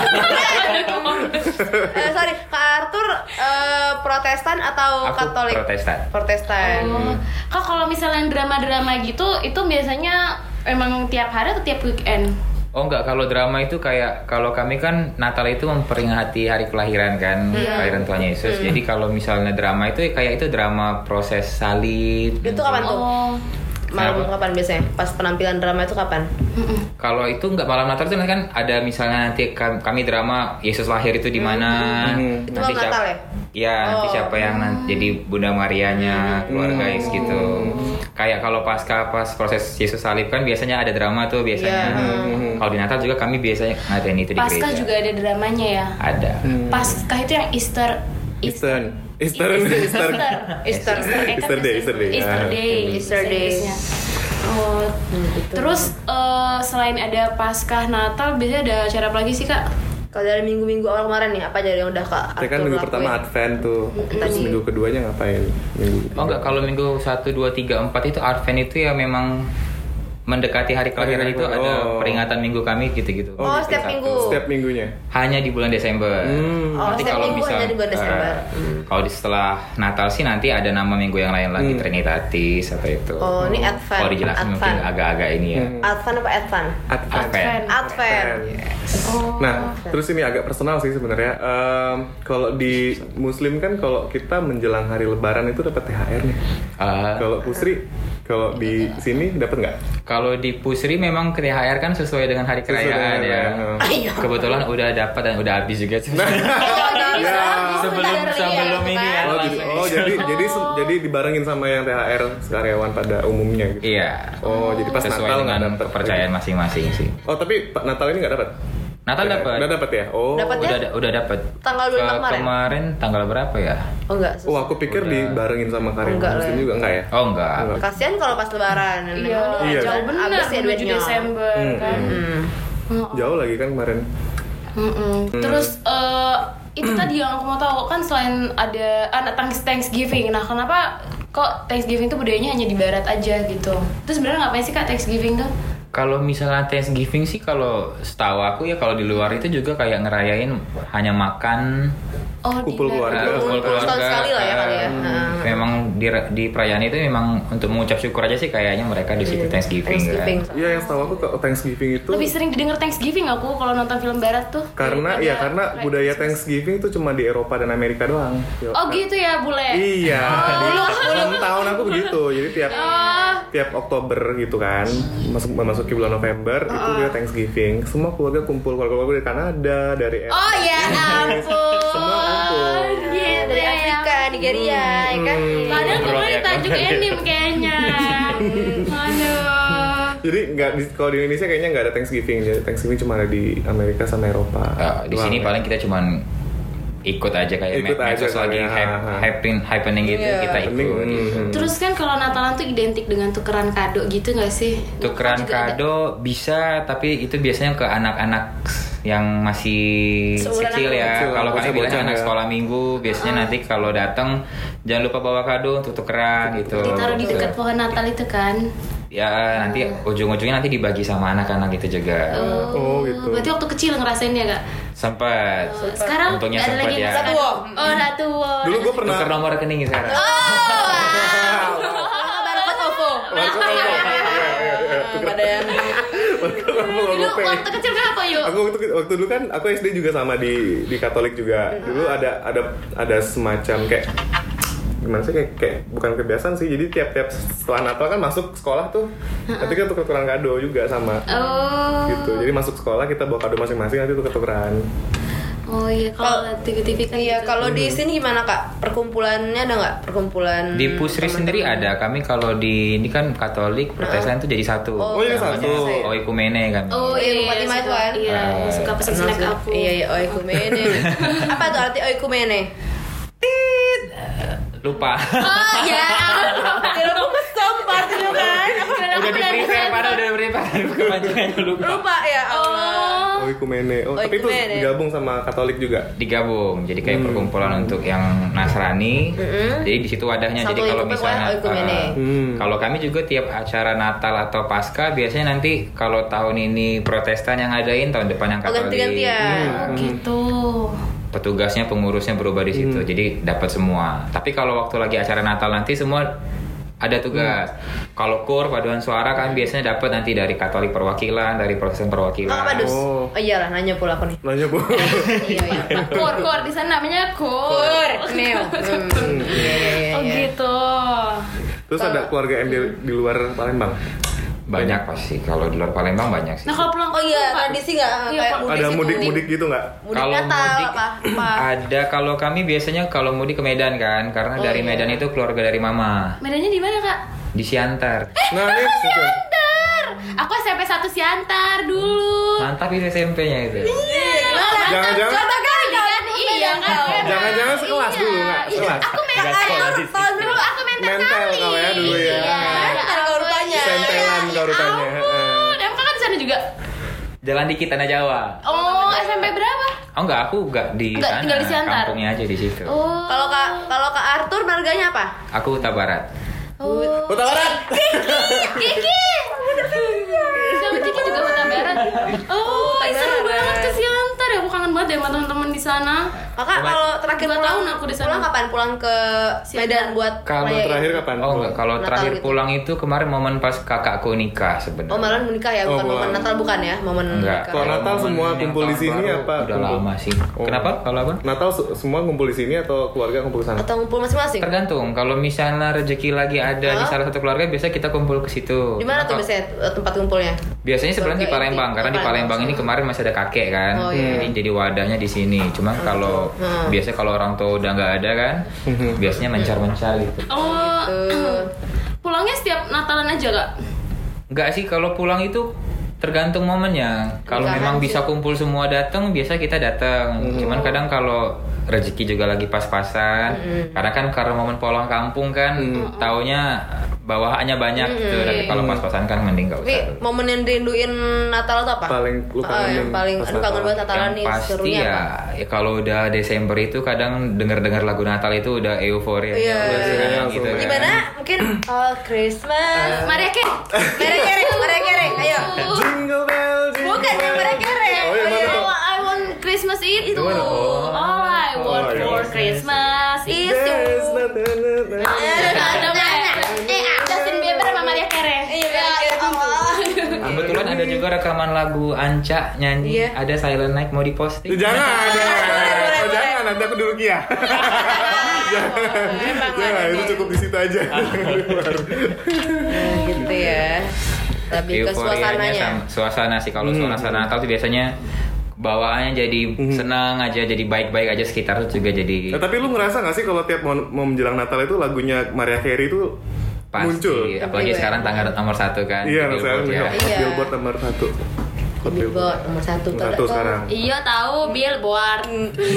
[SPEAKER 4] Eh, sorry, Kak Arthur eh, Protestan atau
[SPEAKER 5] Aku
[SPEAKER 4] Katolik?
[SPEAKER 5] Protestan.
[SPEAKER 4] Protestan.
[SPEAKER 3] Oh. Kak, kalau misalnya drama-drama gitu, itu biasanya emang tiap hari atau tiap weekend?
[SPEAKER 5] Oh enggak, kalau drama itu kayak kalau kami kan Natal itu memperingati hari kelahiran kan, kelahiran Tuhan Yesus. Jadi kalau misalnya drama itu kayak itu drama proses salib.
[SPEAKER 4] Itu kapan tuh?
[SPEAKER 3] Oh.
[SPEAKER 4] Malam
[SPEAKER 5] Kenapa?
[SPEAKER 4] kapan biasanya? Pas penampilan drama itu kapan?
[SPEAKER 5] Kalau itu nggak malam Natal itu kan ada misalnya nanti kam- kami drama Yesus lahir itu di mana.
[SPEAKER 2] Hmm.
[SPEAKER 4] Itu malam
[SPEAKER 5] siapa-
[SPEAKER 4] Natal ya?
[SPEAKER 5] Iya, nanti
[SPEAKER 4] Oh.
[SPEAKER 5] siapa yang nanti jadi Bunda Marianya, keluarga Yesus gitu. Kayak kalau pasca pas proses Yesus salib kan biasanya ada drama tuh biasanya.
[SPEAKER 4] Iya.
[SPEAKER 5] Kalau di Natal juga kami biasanya ngadain itu di
[SPEAKER 3] Pasca
[SPEAKER 5] gereja.
[SPEAKER 3] juga ada dramanya ya.
[SPEAKER 5] Ada.
[SPEAKER 3] Pasca itu yang Easter.
[SPEAKER 2] Eastern. Eastern. Easter.
[SPEAKER 4] Easter.
[SPEAKER 3] Eh, kan
[SPEAKER 2] Easter Day, Easter Day.
[SPEAKER 3] Easter
[SPEAKER 2] Ah.
[SPEAKER 3] Day.
[SPEAKER 4] Easter Day.
[SPEAKER 3] Inggrisnya. Oh. Terus eh, selain ada Paskah Natal, biasanya ada acara apa lagi sih, Kak?
[SPEAKER 4] Kalau dari minggu-minggu awal kemarin nih, apa aja yang udah Kak
[SPEAKER 2] Saya kan
[SPEAKER 4] Arthur
[SPEAKER 2] minggu
[SPEAKER 4] lakuin?
[SPEAKER 2] pertama Advent tuh. Terus
[SPEAKER 4] Tadi.
[SPEAKER 2] minggu keduanya ngapain? Minggu
[SPEAKER 5] Oh enggak, kalau minggu satu, dua, tiga, empat itu Advent itu ya memang mendekati hari kelahiran
[SPEAKER 2] Hari
[SPEAKER 5] itu ada
[SPEAKER 2] oh.
[SPEAKER 5] peringatan minggu kami gitu-gitu.
[SPEAKER 4] Oh,
[SPEAKER 5] Gitu,
[SPEAKER 4] setiap
[SPEAKER 5] satu.
[SPEAKER 4] minggu.
[SPEAKER 2] Setiap minggunya.
[SPEAKER 5] Hanya di bulan Desember.
[SPEAKER 2] Hmm.
[SPEAKER 4] Oh,
[SPEAKER 5] Nanti
[SPEAKER 4] setiap
[SPEAKER 5] kalau
[SPEAKER 4] minggu
[SPEAKER 5] misal,
[SPEAKER 4] hanya di bulan Desember.
[SPEAKER 5] eh,
[SPEAKER 4] Hmm.
[SPEAKER 5] kalau di setelah Natal sih nanti ada nama minggu yang lain lagi,
[SPEAKER 2] Hmm.
[SPEAKER 5] Trinitatis atau itu.
[SPEAKER 4] Oh, ini Advent.
[SPEAKER 5] Kalau dijelasin mungkin
[SPEAKER 4] Advent.
[SPEAKER 5] agak-agak ini ya.
[SPEAKER 2] Hmm.
[SPEAKER 4] Advent apa Advent?
[SPEAKER 2] Advent.
[SPEAKER 5] Advent.
[SPEAKER 4] Advent.
[SPEAKER 3] Oh.
[SPEAKER 2] Nah, terus ini agak personal sih sebenarnya. Em, kalau di Muslim kan kalau kita menjelang hari Lebaran itu dapat T H R nih.
[SPEAKER 5] Eh,
[SPEAKER 2] Kalau Pusri, kalau di sini dapat nggak?
[SPEAKER 5] kalau di Pusri memang T H R kan sesuai dengan hari
[SPEAKER 2] Sesuai
[SPEAKER 5] kerajaan
[SPEAKER 2] dengan
[SPEAKER 5] ya.
[SPEAKER 2] kerajaan.
[SPEAKER 5] Kebetulan udah dapat dan udah habis juga.
[SPEAKER 4] Oh, jadi
[SPEAKER 2] Ya.
[SPEAKER 5] sebelum
[SPEAKER 4] benar
[SPEAKER 5] sebelum
[SPEAKER 4] ya,
[SPEAKER 5] ini ya.
[SPEAKER 2] Oh, jadi, oh jadi jadi se- jadi dibarengin sama yang T H R karyawan pada umumnya gitu.
[SPEAKER 5] Iya.
[SPEAKER 2] Oh, jadi pas
[SPEAKER 5] Sesuai
[SPEAKER 2] Natal nggak
[SPEAKER 5] dengan
[SPEAKER 2] dapat.
[SPEAKER 5] kepercayaan masing-masing sih.
[SPEAKER 2] Oh, tapi Pak Natal ini nggak dapat.
[SPEAKER 5] Natal
[SPEAKER 2] Ya,
[SPEAKER 5] dapat.
[SPEAKER 2] Nggak dapat ya? Oh.
[SPEAKER 4] Dapat.
[SPEAKER 5] Udah udah dapat.
[SPEAKER 4] Tanggal dua puluh lima
[SPEAKER 5] Ke-
[SPEAKER 4] kemarin?
[SPEAKER 5] Kemarin tanggal berapa ya?
[SPEAKER 4] Oh enggak.
[SPEAKER 2] Oh, aku pikir
[SPEAKER 5] Udah.
[SPEAKER 2] dibarengin sama karyawan
[SPEAKER 4] Enggak lah
[SPEAKER 2] Muslim
[SPEAKER 4] ya.
[SPEAKER 2] juga enggak ya?
[SPEAKER 5] Oh enggak.
[SPEAKER 2] Enggak.
[SPEAKER 4] Kasihan kalau pas lebaran.
[SPEAKER 3] Iya,
[SPEAKER 2] Iya.
[SPEAKER 3] jauh benar
[SPEAKER 4] Abis ya
[SPEAKER 3] menuju
[SPEAKER 4] duitnya.
[SPEAKER 3] Desember
[SPEAKER 2] Hmm,
[SPEAKER 3] kan.
[SPEAKER 4] Hmm.
[SPEAKER 2] Jauh lagi kan kemarin.
[SPEAKER 3] Mm-mm. Terus eh, itu tadi yang aku mau tahu kan selain ada anak thanks Thanksgiving. Nah, kenapa kok Thanksgiving itu budayanya hanya di barat aja gitu? Terus sebenarnya ngapain sih Kak Thanksgiving tuh?
[SPEAKER 5] Kalau misalnya Thanksgiving sih kalau setahu aku ya kalau di luar itu juga kayak ngerayain hanya makan
[SPEAKER 3] Oh,
[SPEAKER 2] Kumpul
[SPEAKER 3] di
[SPEAKER 2] keluarga.
[SPEAKER 5] eh, kumpul
[SPEAKER 4] Setahun
[SPEAKER 5] keluarga.
[SPEAKER 4] sekali lah ya kali ya.
[SPEAKER 5] eh,
[SPEAKER 4] Nah.
[SPEAKER 5] Memang di, di perayaan itu memang untuk mengucap syukur aja sih kayaknya mereka di situ Thanksgiving,
[SPEAKER 4] Thanksgiving.
[SPEAKER 5] kan.
[SPEAKER 2] Iya, yang setahu aku kalau Thanksgiving itu
[SPEAKER 3] Lebih sering didengar Thanksgiving aku kalau nonton film barat tuh.
[SPEAKER 2] karena
[SPEAKER 3] daripada
[SPEAKER 2] ya karena
[SPEAKER 3] kayak
[SPEAKER 2] budaya
[SPEAKER 3] Christmas.
[SPEAKER 2] Thanksgiving itu cuma di Eropa dan Amerika doang. Ya,
[SPEAKER 3] Oh gitu ya bule.
[SPEAKER 2] Iya, di enam tahun aku begitu. Jadi tiap
[SPEAKER 3] Oh.
[SPEAKER 2] tiap Oktober gitu kan, masuk memasuki bulan November itu dia Thanksgiving. Semua keluarga kumpul, keluarga dari Kanada, dari
[SPEAKER 3] Oh ya ampun.
[SPEAKER 2] Semua kumpul.
[SPEAKER 3] Gitu
[SPEAKER 4] Dari
[SPEAKER 3] ya.
[SPEAKER 4] Afrika, Nigeria, ya kan?
[SPEAKER 3] Padahal
[SPEAKER 5] Bro,
[SPEAKER 3] gue
[SPEAKER 5] ya,
[SPEAKER 3] ditajuk
[SPEAKER 5] kan?
[SPEAKER 3] anime kayaknya. Aduh.
[SPEAKER 2] Jadi nggak di- kalau di Indonesia kayaknya nggak ada Thanksgiving. Jadi Thanksgiving cuma ada di Amerika sama Eropa.
[SPEAKER 5] Eh, di
[SPEAKER 2] doang
[SPEAKER 5] sini
[SPEAKER 2] ya.
[SPEAKER 5] paling kita cuman ikut aja kayak
[SPEAKER 2] Ikut
[SPEAKER 5] med-
[SPEAKER 2] aja
[SPEAKER 5] medsos lagi
[SPEAKER 2] kali ya.
[SPEAKER 5] hype, happening, happening gitu
[SPEAKER 4] Iya.
[SPEAKER 5] kita
[SPEAKER 2] Happening,
[SPEAKER 5] ikut.
[SPEAKER 2] hmm.
[SPEAKER 3] Terus kan kalau Natalan tuh identik dengan tukeran kado gitu nggak sih?
[SPEAKER 5] Tukeran
[SPEAKER 3] Juga ada.
[SPEAKER 5] kado bisa, tapi itu biasanya ke anak-anak yang masih
[SPEAKER 4] Seumuran
[SPEAKER 5] kecil
[SPEAKER 4] aku.
[SPEAKER 5] ya.
[SPEAKER 2] Kecil,
[SPEAKER 5] Kalau kami
[SPEAKER 2] bocah-bocah
[SPEAKER 5] bilang anak
[SPEAKER 2] ya.
[SPEAKER 5] sekolah minggu, biasanya nanti kalau datang jangan lupa bawa kado untuk tukeran gitu.
[SPEAKER 3] Ditaruh di
[SPEAKER 5] Gitu.
[SPEAKER 3] dekat pohon Natal itu kan.
[SPEAKER 5] Ya nanti ujung-ujungnya nanti dibagi sama anak-anak itu juga.
[SPEAKER 2] Oh, gitu.
[SPEAKER 3] Berarti waktu kecil ngerasainnya Kak?
[SPEAKER 5] Sempat.
[SPEAKER 3] Sekarang
[SPEAKER 5] Untungnya
[SPEAKER 3] nggak ada
[SPEAKER 5] sempat
[SPEAKER 3] lagi
[SPEAKER 5] ya.
[SPEAKER 3] yang sekarang.
[SPEAKER 4] Tua.
[SPEAKER 3] Oh, udah tua.
[SPEAKER 2] Dulu gue pernah
[SPEAKER 5] Tuker nomor rekening sekarang.
[SPEAKER 4] Barcode OVO. Pada yang
[SPEAKER 3] Dulu waktu kecil kenapa yuk?
[SPEAKER 2] Aku waktu waktu dulu kan aku S D juga sama di di Katolik juga. Dulu ada ada ada semacam kayak gimana sih kayak, kayak bukan kebiasaan sih. Jadi tiap-tiap setelah Natal kan masuk sekolah tuh. Nanti kita tuker-tukeran kado juga sama.
[SPEAKER 3] Oh.
[SPEAKER 2] Gitu. Jadi masuk sekolah kita bawa kado masing-masing nanti tuker-tukeran.
[SPEAKER 3] Oh iya kalau
[SPEAKER 4] Kalau-
[SPEAKER 3] T V-T V kan
[SPEAKER 4] Iya,
[SPEAKER 3] gitu.
[SPEAKER 4] kalau di sini gimana Kak? Perkumpulannya ada nggak? Perkumpulan
[SPEAKER 5] Di Pusri
[SPEAKER 4] teman-teman?
[SPEAKER 5] sendiri ada. Kami kalau di ini kan Katolik, Protestan itu jadi satu.
[SPEAKER 4] Oh,
[SPEAKER 2] Oh, jadi
[SPEAKER 5] Namanya
[SPEAKER 2] satu.
[SPEAKER 5] Oikumene kan.
[SPEAKER 3] Oh
[SPEAKER 4] Iya,
[SPEAKER 3] iya,
[SPEAKER 4] Bupati Maju
[SPEAKER 3] suka-
[SPEAKER 4] kan?
[SPEAKER 3] Iya,
[SPEAKER 5] Ah.
[SPEAKER 3] suka pesen
[SPEAKER 4] Pernah
[SPEAKER 3] snack
[SPEAKER 4] sih.
[SPEAKER 3] aku.
[SPEAKER 4] Iya, iya, oikumene. Apa tuh arti oikumene?
[SPEAKER 5] Lupa.
[SPEAKER 3] Oh ya.
[SPEAKER 4] Kira aku mesum partinya kan.
[SPEAKER 5] Udah di prepare pada udah di prepare kepanjangannya lupa.
[SPEAKER 4] Lupa ya Allah.
[SPEAKER 2] Oh, Ikumene. Oh,
[SPEAKER 4] Oh,
[SPEAKER 2] tapi itu
[SPEAKER 4] Ikumene.
[SPEAKER 2] gabung sama Katolik juga.
[SPEAKER 5] Digabung jadi kayak
[SPEAKER 2] Hmm.
[SPEAKER 5] perkumpulan untuk yang Nasrani.
[SPEAKER 4] Mm-mm.
[SPEAKER 5] Jadi di situ wadahnya.
[SPEAKER 4] Satu
[SPEAKER 5] Jadi kalau
[SPEAKER 4] lingkupnya
[SPEAKER 5] misalnya
[SPEAKER 4] pokoknya Ikumene.
[SPEAKER 5] uh,
[SPEAKER 2] Hmm.
[SPEAKER 5] kalau kami juga tiap acara Natal atau Paskah biasanya nanti kalau tahun ini Protestan yang ngadain, tahun depan yang
[SPEAKER 4] Oh,
[SPEAKER 5] Katolik.
[SPEAKER 4] ganti-gantian.
[SPEAKER 3] Oh gitu.
[SPEAKER 5] Petugasnya, pengurusnya berubah di situ.
[SPEAKER 2] Hmm.
[SPEAKER 5] Jadi dapat semua. Tapi kalau waktu lagi acara Natal nanti semua ada tugas. Kalau kur paduan suara kan biasanya dapat nanti dari Katolik perwakilan, dari Protestan perwakilan.
[SPEAKER 4] Oh, apa dus?
[SPEAKER 2] Oh.
[SPEAKER 4] Oh iyalah, nanya pula aku nih.
[SPEAKER 2] Nanya, Bu.
[SPEAKER 4] Iya iya.
[SPEAKER 3] Kur kur di sana namanya kur.
[SPEAKER 4] Neo. Hmm. Iya iya iya.
[SPEAKER 3] Oh
[SPEAKER 4] iya.
[SPEAKER 3] gitu.
[SPEAKER 2] Terus ada keluarga yang di, di luar Palembang.
[SPEAKER 5] Banyak pasti. Kalau di luar Palembang banyak sih.
[SPEAKER 3] Nah kalau pulang
[SPEAKER 4] Oh iya,
[SPEAKER 3] Pak.
[SPEAKER 4] tradisi nggak
[SPEAKER 3] Iya,
[SPEAKER 4] kayak
[SPEAKER 3] Pak.
[SPEAKER 4] mudik
[SPEAKER 2] Ada
[SPEAKER 4] itu.
[SPEAKER 2] mudik-mudik gitu nggak?
[SPEAKER 4] Mudik
[SPEAKER 5] Kalau
[SPEAKER 4] Natal
[SPEAKER 5] mudik-
[SPEAKER 4] apa? Apa?
[SPEAKER 5] Ada kalau kami biasanya kalau mudik ke Medan kan, karena
[SPEAKER 4] Oh,
[SPEAKER 5] dari
[SPEAKER 4] iya.
[SPEAKER 5] Medan itu keluarga dari mama
[SPEAKER 3] Medannya di mana kak?
[SPEAKER 5] di Siantar.
[SPEAKER 2] Nah, ini gitu.
[SPEAKER 3] Siantar. Aku S M P satu Siantar dulu.
[SPEAKER 5] Mantap itu S M P-nya itu.
[SPEAKER 2] Jangan-jangan
[SPEAKER 4] Coba kali
[SPEAKER 3] Kan iya kan.
[SPEAKER 2] Jangan-jangan sekelas
[SPEAKER 3] Iya.
[SPEAKER 2] dulu nggak?
[SPEAKER 3] Iya.
[SPEAKER 2] Sekelas.
[SPEAKER 3] Aku mental.
[SPEAKER 5] Nggak sekolah di
[SPEAKER 3] Tahun
[SPEAKER 5] situ.
[SPEAKER 3] dulu aku mental
[SPEAKER 2] Mental
[SPEAKER 3] kali.
[SPEAKER 2] kau ya dulu ya.
[SPEAKER 3] Iya.
[SPEAKER 4] Ntar kau rupanya.
[SPEAKER 2] Sentelan kau rupanya.
[SPEAKER 3] Ampun, emang kakak di sana juga?
[SPEAKER 5] Jalan dikit Tanah Jawa.
[SPEAKER 3] Oh, S M P berapa?
[SPEAKER 5] Oh enggak, aku enggak di
[SPEAKER 3] Enggak,
[SPEAKER 5] sana.
[SPEAKER 3] tinggal di Siantar.
[SPEAKER 5] Kampungnya aja di situ.
[SPEAKER 3] Oh.
[SPEAKER 4] Kalau kak kalau kak Arthur marganya apa?
[SPEAKER 5] Aku Huta Barat.
[SPEAKER 3] Oh.
[SPEAKER 2] Kota Barat.
[SPEAKER 3] Kiki. Sama Kiki juga Huta Barat. Oh,
[SPEAKER 4] Huta
[SPEAKER 3] ih, seru
[SPEAKER 4] Barat.
[SPEAKER 3] banget ke Siantar ya. Aku kangen banget deh sama teman-teman di sana.
[SPEAKER 4] Kakak
[SPEAKER 5] Coba.
[SPEAKER 4] kalau terakhir
[SPEAKER 3] Dua
[SPEAKER 4] pulang,
[SPEAKER 3] tahun aku di sana.
[SPEAKER 4] pulang kapan? Pulang ke Medan buat
[SPEAKER 5] Kalau
[SPEAKER 4] ngerayain?
[SPEAKER 2] Terakhir kapan?
[SPEAKER 5] Oh enggak, kalau
[SPEAKER 4] Natal
[SPEAKER 5] terakhir
[SPEAKER 4] gitu.
[SPEAKER 5] pulang itu kemarin momen pas kakakku nikah sebenarnya.
[SPEAKER 4] Oh malah menikah ya,
[SPEAKER 2] Oh,
[SPEAKER 4] bukan momen
[SPEAKER 2] pulang.
[SPEAKER 4] Natal bukan ya, momen
[SPEAKER 5] Enggak.
[SPEAKER 4] menikah.
[SPEAKER 2] Kalau Natal
[SPEAKER 5] momen
[SPEAKER 2] semua
[SPEAKER 5] yang
[SPEAKER 2] kumpul di
[SPEAKER 5] tahun
[SPEAKER 2] sini
[SPEAKER 5] baru
[SPEAKER 2] apa?
[SPEAKER 5] Udah
[SPEAKER 2] Kumpul?
[SPEAKER 5] lama sih.
[SPEAKER 2] Oh.
[SPEAKER 5] Kenapa? Kalau apa?
[SPEAKER 2] Natal se- semua kumpul di sini atau keluarga kumpul ke sana?
[SPEAKER 4] Atau ngumpul masing-masing?
[SPEAKER 5] Tergantung. Kalau misalnya rezeki lagi ada di
[SPEAKER 4] Hah?
[SPEAKER 5] salah satu keluarga, biasa kita kumpul ke situ.
[SPEAKER 4] Di mana tuh
[SPEAKER 5] Cuma
[SPEAKER 4] biasanya eh, tempat kumpulnya?
[SPEAKER 5] Biasanya sebenarnya di
[SPEAKER 4] Keluarga
[SPEAKER 5] Palembang,
[SPEAKER 4] inti.
[SPEAKER 5] karena
[SPEAKER 4] Oh,
[SPEAKER 5] di Palembang
[SPEAKER 4] Palembang.
[SPEAKER 5] ini kemarin masih ada kakek kan,
[SPEAKER 4] Oh, iya.
[SPEAKER 5] jadi jadi wadahnya di sini. Cuma kalau
[SPEAKER 4] Hmm.
[SPEAKER 5] biasanya kalau orang tua udah nggak ada kan, biasanya mencar-mencar gitu.
[SPEAKER 3] Oh.
[SPEAKER 4] Tuh.
[SPEAKER 3] Pulangnya setiap Natalan aja kak?
[SPEAKER 5] Enggak sih, kalau pulang itu tergantung momennya. Kalau
[SPEAKER 4] Nikahan
[SPEAKER 5] memang
[SPEAKER 4] sih.
[SPEAKER 5] bisa kumpul semua datang, biasa kita datang. Cuman kadang kalau rezeki juga lagi pas-pasan, karena kan karena momen pulang kampung kan, taunya bawahannya banyak gitu. Tapi kalau pas-pasan kan mending nggak
[SPEAKER 4] Tapi
[SPEAKER 5] usah. dulu.
[SPEAKER 4] momen yang rinduin Natal tuh apa?
[SPEAKER 2] Paling lu
[SPEAKER 4] Ah,
[SPEAKER 2] kangenin
[SPEAKER 4] yang paling
[SPEAKER 2] pas
[SPEAKER 4] aduh kangen
[SPEAKER 2] Natal.
[SPEAKER 4] banget Natalan
[SPEAKER 5] Yang
[SPEAKER 4] nih,
[SPEAKER 5] pasti
[SPEAKER 4] serunya
[SPEAKER 5] ya,
[SPEAKER 4] apa?
[SPEAKER 5] ya kalau udah Desember itu kadang denger-dengar lagu Natal itu udah euforia.
[SPEAKER 4] Iya.
[SPEAKER 5] Udah senang
[SPEAKER 2] Iya,
[SPEAKER 5] gitu kan.
[SPEAKER 4] Gimana? Mungkin oh Christmas.
[SPEAKER 3] Maria Carey.
[SPEAKER 4] Kere kere, kere kere, ayo.
[SPEAKER 2] Jingle bell, jingle
[SPEAKER 4] Bukan yang
[SPEAKER 2] bell.
[SPEAKER 4] kere kere.
[SPEAKER 2] Oh, yang mana tuh?
[SPEAKER 3] All I want Christmas itu.
[SPEAKER 2] Yang mana? Oh.
[SPEAKER 3] All I want
[SPEAKER 2] Oh, iya.
[SPEAKER 3] for Christmas is you.
[SPEAKER 2] Yes, na- na- na- na-
[SPEAKER 3] Ada Eh, Justin Bieber sama Maria Carey.
[SPEAKER 4] Iya, kere Allah.
[SPEAKER 5] Kebetulan ada juga rekaman lagu Anca nyanyi,
[SPEAKER 4] Iya.
[SPEAKER 5] ada Silent Night mau diposting.
[SPEAKER 2] Jangan, jangan,
[SPEAKER 4] boleh,
[SPEAKER 2] Oh, jangan, nanti aku dulu ya.
[SPEAKER 4] Emang
[SPEAKER 2] Jangan,
[SPEAKER 4] ada
[SPEAKER 2] itu
[SPEAKER 4] nih.
[SPEAKER 2] cukup di situ aja.
[SPEAKER 4] Nah, gitu ya. Lebih ke
[SPEAKER 5] Euforianya
[SPEAKER 4] suasananya.
[SPEAKER 5] sama- suasana sih kalau suasana Natal tuh biasanya bawaannya jadi senang aja, jadi baik-baik aja, sekitar tuh juga jadi
[SPEAKER 2] Nah, tapi lu ngerasa gak sih kalau tiap mau, mau menjelang Natal itu lagunya Maria Carey itu
[SPEAKER 5] pasti.
[SPEAKER 2] muncul?
[SPEAKER 5] Apalagi
[SPEAKER 4] Iya.
[SPEAKER 5] sekarang tanggal nomor satu kan.
[SPEAKER 2] Iya,
[SPEAKER 5] di
[SPEAKER 2] sekarang
[SPEAKER 5] Billboard ya.
[SPEAKER 2] Hot
[SPEAKER 4] Iya.
[SPEAKER 2] Billboard nomor satu.
[SPEAKER 4] Di Billboard nomor satu
[SPEAKER 2] Nomor
[SPEAKER 4] tuh.
[SPEAKER 2] satu sekarang.
[SPEAKER 3] Iya tahu Billboard.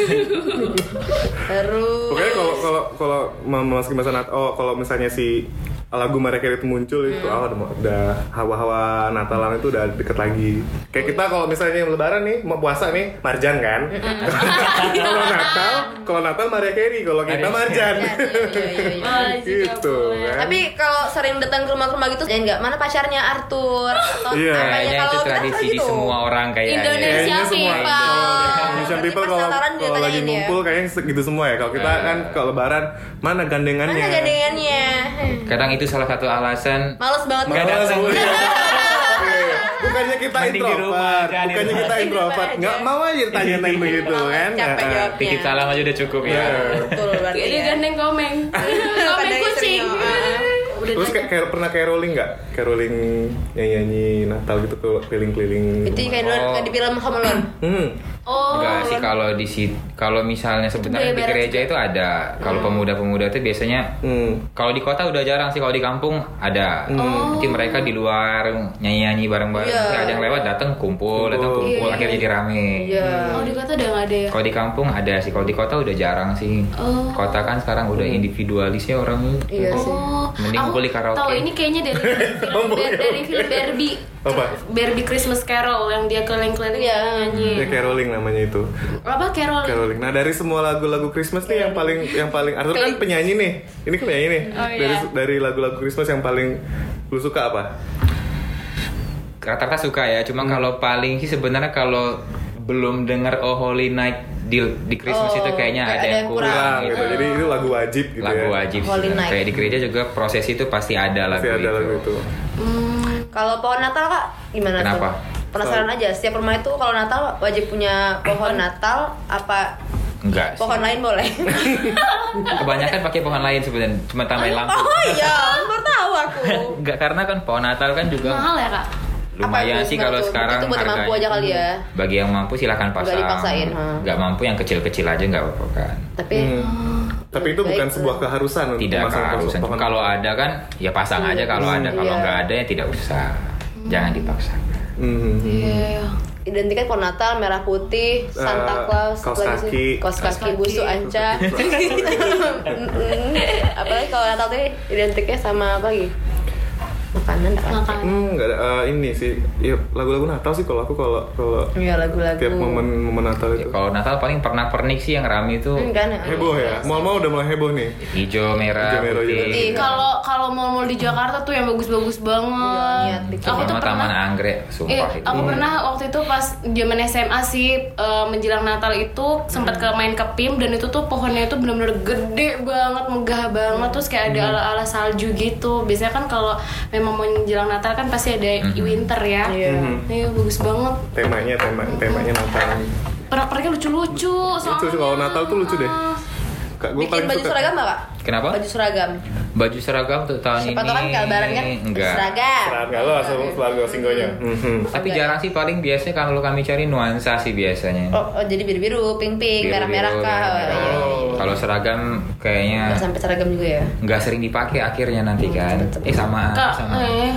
[SPEAKER 4] Terus.
[SPEAKER 2] Pokoknya kalau kalau kalau memasuki masa Natal, oh kalau misalnya si lagu Maria Carey itu muncul itu, ah udah, udah hawa-hawa Natalan itu udah deket lagi. Kayak kita kalau misalnya Lebaran nih, mau puasa nih, Marjan kan. Kalau Natal, kalau Natal Maria Carey, kalau kita Marjan.
[SPEAKER 4] Iya, iya, iya, iya.
[SPEAKER 3] Oh,
[SPEAKER 2] Gitu
[SPEAKER 3] boleh.
[SPEAKER 2] kan.
[SPEAKER 4] Tapi kalau sering datang ke rumah-rumah gitu, jangan nggak mana pacarnya Arthur atau
[SPEAKER 2] Iya.
[SPEAKER 4] apanya
[SPEAKER 5] Kayaknya itu
[SPEAKER 4] kalau kita
[SPEAKER 5] tradisi di
[SPEAKER 4] gitu.
[SPEAKER 5] semua orang kayaknya.
[SPEAKER 3] Indonesia
[SPEAKER 2] Kayaknya semua
[SPEAKER 3] people.
[SPEAKER 2] Indonesian people
[SPEAKER 4] Pas
[SPEAKER 2] kalau
[SPEAKER 4] Natalan
[SPEAKER 2] kalau
[SPEAKER 4] ditanyain
[SPEAKER 2] lagi
[SPEAKER 4] ya.
[SPEAKER 2] ngumpul kayaknya gitu semua ya. Kalau kita kan kalau Lebaran mana gandengannya?
[SPEAKER 4] Mana gandengannya?
[SPEAKER 5] Kadang itu salah satu alasan
[SPEAKER 4] Males banget.
[SPEAKER 5] Nggak
[SPEAKER 2] Malas,
[SPEAKER 5] datang.
[SPEAKER 2] Bu. Iya. Bukannya kita
[SPEAKER 5] Mending di rumah
[SPEAKER 2] introvert,
[SPEAKER 5] aja, di
[SPEAKER 2] bukannya
[SPEAKER 5] rumah
[SPEAKER 2] kita
[SPEAKER 4] aja.
[SPEAKER 2] introvert, nggak mau aja ditanyain begitu kan?
[SPEAKER 4] Capek
[SPEAKER 2] Nah,
[SPEAKER 4] jawabnya.
[SPEAKER 5] titip salam aja udah cukup ya.
[SPEAKER 2] Iya.
[SPEAKER 4] Betul berarti.
[SPEAKER 3] Dia
[SPEAKER 4] ya.
[SPEAKER 3] gandeng komeng. Komeng
[SPEAKER 4] Padahal
[SPEAKER 3] kucing.
[SPEAKER 4] sering, ah.
[SPEAKER 3] Udah
[SPEAKER 2] Terus kayak kayak pernah caroling nggak? Caroling nyanyi nyanyi Natal gitu ke keliling-keliling.
[SPEAKER 4] Itu kayak
[SPEAKER 5] Oh.
[SPEAKER 4] kayak di film Home Alone.
[SPEAKER 2] Hmm.
[SPEAKER 3] Oh.
[SPEAKER 5] Enggak sih, kalau di sit- kalau misalnya sebenarnya di
[SPEAKER 3] Barat
[SPEAKER 5] gereja
[SPEAKER 3] juga.
[SPEAKER 5] itu ada. Kalau pemuda-pemuda itu biasanya
[SPEAKER 2] Hmm.
[SPEAKER 5] kalau di kota udah jarang sih, kalau di kampung ada.
[SPEAKER 3] Oh.
[SPEAKER 5] Nanti mereka di luar nyanyi-nyanyi bareng-bareng.
[SPEAKER 4] Iya.
[SPEAKER 5] Nanti ada yang lewat datang kumpul, datang
[SPEAKER 2] Kumpul.
[SPEAKER 5] kumpul,
[SPEAKER 3] Iya.
[SPEAKER 5] akhirnya jadi rame.
[SPEAKER 4] Iya.
[SPEAKER 3] Oh di kota udah nggak ada ya?
[SPEAKER 5] Kalau di kampung ada sih, kalau di kota udah jarang sih.
[SPEAKER 3] Oh.
[SPEAKER 5] Kota kan sekarang udah individualis ya orang.
[SPEAKER 4] Iya sih.
[SPEAKER 3] Oh,
[SPEAKER 5] Mending
[SPEAKER 3] aku
[SPEAKER 5] ngumpul di karaoke.
[SPEAKER 3] tahu ini kayaknya dari film Bar- dari film Barbie.
[SPEAKER 2] Apa?
[SPEAKER 3] Barbie Christmas Carol yang dia keliling-keliling
[SPEAKER 4] Iya.
[SPEAKER 3] nyanyi.
[SPEAKER 2] Ya caroling namanya itu.
[SPEAKER 3] Apa Carol?
[SPEAKER 2] Caroling. Nah dari semua lagu-lagu Christmas nih yang paling yang paling Arthur kan penyanyi nih. Ini kan penyanyi nih.
[SPEAKER 3] Oh, iya.
[SPEAKER 2] Dari dari lagu-lagu Christmas yang paling lu suka apa?
[SPEAKER 5] Rata-rata suka ya, cuma kalau paling sih sebenarnya kalau belum dengar Oh Holy Night di di Christmas
[SPEAKER 4] Oh,
[SPEAKER 5] itu kayaknya ada yang kurang,
[SPEAKER 2] Kurang
[SPEAKER 5] gitu.
[SPEAKER 2] gitu. Jadi itu lagu wajib gitu
[SPEAKER 5] Lagu
[SPEAKER 2] ya.
[SPEAKER 5] wajib sih.
[SPEAKER 4] Holy Night.
[SPEAKER 5] Kayak di gereja juga prosesi itu pasti ada lagu
[SPEAKER 2] Pasti ada
[SPEAKER 5] itu.
[SPEAKER 2] lagu itu.
[SPEAKER 3] Hmm,
[SPEAKER 4] Kalau pohon Natal Kak gimana
[SPEAKER 5] Kenapa?
[SPEAKER 4] tuh? Penasaran aja. Setiap rumah itu kalau Natal wajib punya pohon Natal apa
[SPEAKER 5] Enggak sih.
[SPEAKER 4] pohon lain boleh?
[SPEAKER 5] Kebanyakan pakai pohon lain sebenarnya, cuma tambahin lampu.
[SPEAKER 4] Oh iya, baru tahu aku.
[SPEAKER 5] Enggak, karena kan pohon Natal kan juga
[SPEAKER 3] mahal ya kak?
[SPEAKER 5] lumayan
[SPEAKER 4] Apa itu?
[SPEAKER 5] sih kalau
[SPEAKER 4] Itu
[SPEAKER 5] sekarang
[SPEAKER 4] buat yang mampu aja kali ya.
[SPEAKER 5] Bagi yang mampu silakan pasang.
[SPEAKER 4] Nggak dipaksain, ha.
[SPEAKER 5] Nggak mampu yang kecil-kecil aja nggak apa-apa kan.
[SPEAKER 4] Tapi
[SPEAKER 2] Hmm. Tapi itu
[SPEAKER 4] Baik,
[SPEAKER 2] bukan
[SPEAKER 4] tuh.
[SPEAKER 2] sebuah keharusan untuk
[SPEAKER 5] Tidak
[SPEAKER 2] memasang
[SPEAKER 5] keharusan.
[SPEAKER 2] pohon.
[SPEAKER 5] Kalau ada kan ya pasang aja kalau
[SPEAKER 4] Hmm,
[SPEAKER 5] ada. Kalau
[SPEAKER 4] iya.
[SPEAKER 5] nggak ada ya tidak usah. Jangan dipaksakan.
[SPEAKER 2] Hmm.
[SPEAKER 3] Iya.
[SPEAKER 4] identikan pohon Natal merah putih, Santa
[SPEAKER 2] Eh,
[SPEAKER 4] Claus,
[SPEAKER 2] kaos
[SPEAKER 4] lagi sih?
[SPEAKER 2] kaki.
[SPEAKER 4] kaos
[SPEAKER 3] Kaos
[SPEAKER 4] kaki,
[SPEAKER 3] kaki.
[SPEAKER 4] busuk anca. Mm-mm. Apalagi kalau Natal tuh identiknya sama apa lagi? Makanan, apa?
[SPEAKER 3] Makan.
[SPEAKER 2] Hmm, nggak ada eh, ini sih. Ya, lagu-lagu Natal sih kalau aku kalau kalau
[SPEAKER 4] Iya lagu-lagu.
[SPEAKER 2] tiap momen-momen Natal
[SPEAKER 5] Ya,
[SPEAKER 2] itu.
[SPEAKER 5] kalau Natal paling pernak-pernik sih yang rame itu
[SPEAKER 4] Hmm, kan?
[SPEAKER 2] Heboh ya. Mal-mal udah mulai heboh nih.
[SPEAKER 5] hijau, merah,
[SPEAKER 2] Hijau, merah,
[SPEAKER 5] putih.
[SPEAKER 2] hijau, putih.
[SPEAKER 3] Kalau kalau mall-mall di Jakarta tuh yang bagus-bagus banget.
[SPEAKER 4] Iya, niat bikin.
[SPEAKER 3] Aku tuh
[SPEAKER 5] Sama Taman
[SPEAKER 3] pernah.
[SPEAKER 5] Anggrek,
[SPEAKER 3] Eh,
[SPEAKER 5] sumpah itu.
[SPEAKER 3] aku pernah waktu itu pas zaman S M A sih eh, menjelang Natal itu sempat ke main ke P I M dan itu tuh pohonnya itu benar-benar gede banget, megah banget, terus kayak ada ala-ala salju gitu. Biasanya kan kalau memang mau menjelang Natal kan pasti ada winter ya.
[SPEAKER 4] Iya.
[SPEAKER 3] Iya, bagus banget.
[SPEAKER 2] Temanya tema temanya Natal.
[SPEAKER 3] Pernak-perniknya lucu-lucu.
[SPEAKER 2] Lucu sih, kalau Natal tuh lucu deh. Kak, gue
[SPEAKER 4] Bikin
[SPEAKER 2] paling
[SPEAKER 4] baju
[SPEAKER 2] suka.
[SPEAKER 4] seragam nggak kak?
[SPEAKER 5] Kenapa?
[SPEAKER 4] Baju seragam.
[SPEAKER 5] Baju seragam untuk tahun
[SPEAKER 4] Siapa
[SPEAKER 5] ini
[SPEAKER 4] tahu kan kalau lebaran kan
[SPEAKER 5] enggak.
[SPEAKER 4] seragam.
[SPEAKER 2] Saat nggak lo langsung keluarga singgonya. Mhm.
[SPEAKER 5] Tapi jarang sih, paling biasanya kalau kami cari nuansa sih biasanya.
[SPEAKER 4] Oh, oh, jadi biru-biru, pink-pink,
[SPEAKER 5] Biru-biru,
[SPEAKER 4] merah-merah kah?
[SPEAKER 5] merah-merah.
[SPEAKER 4] Iya, iya, iya.
[SPEAKER 5] Kalau seragam kayaknya
[SPEAKER 4] Nggak sampai seragam juga ya?
[SPEAKER 5] nggak sering dipakai akhirnya nanti kan. Eh sama
[SPEAKER 3] Kak,
[SPEAKER 5] sama.
[SPEAKER 3] eh,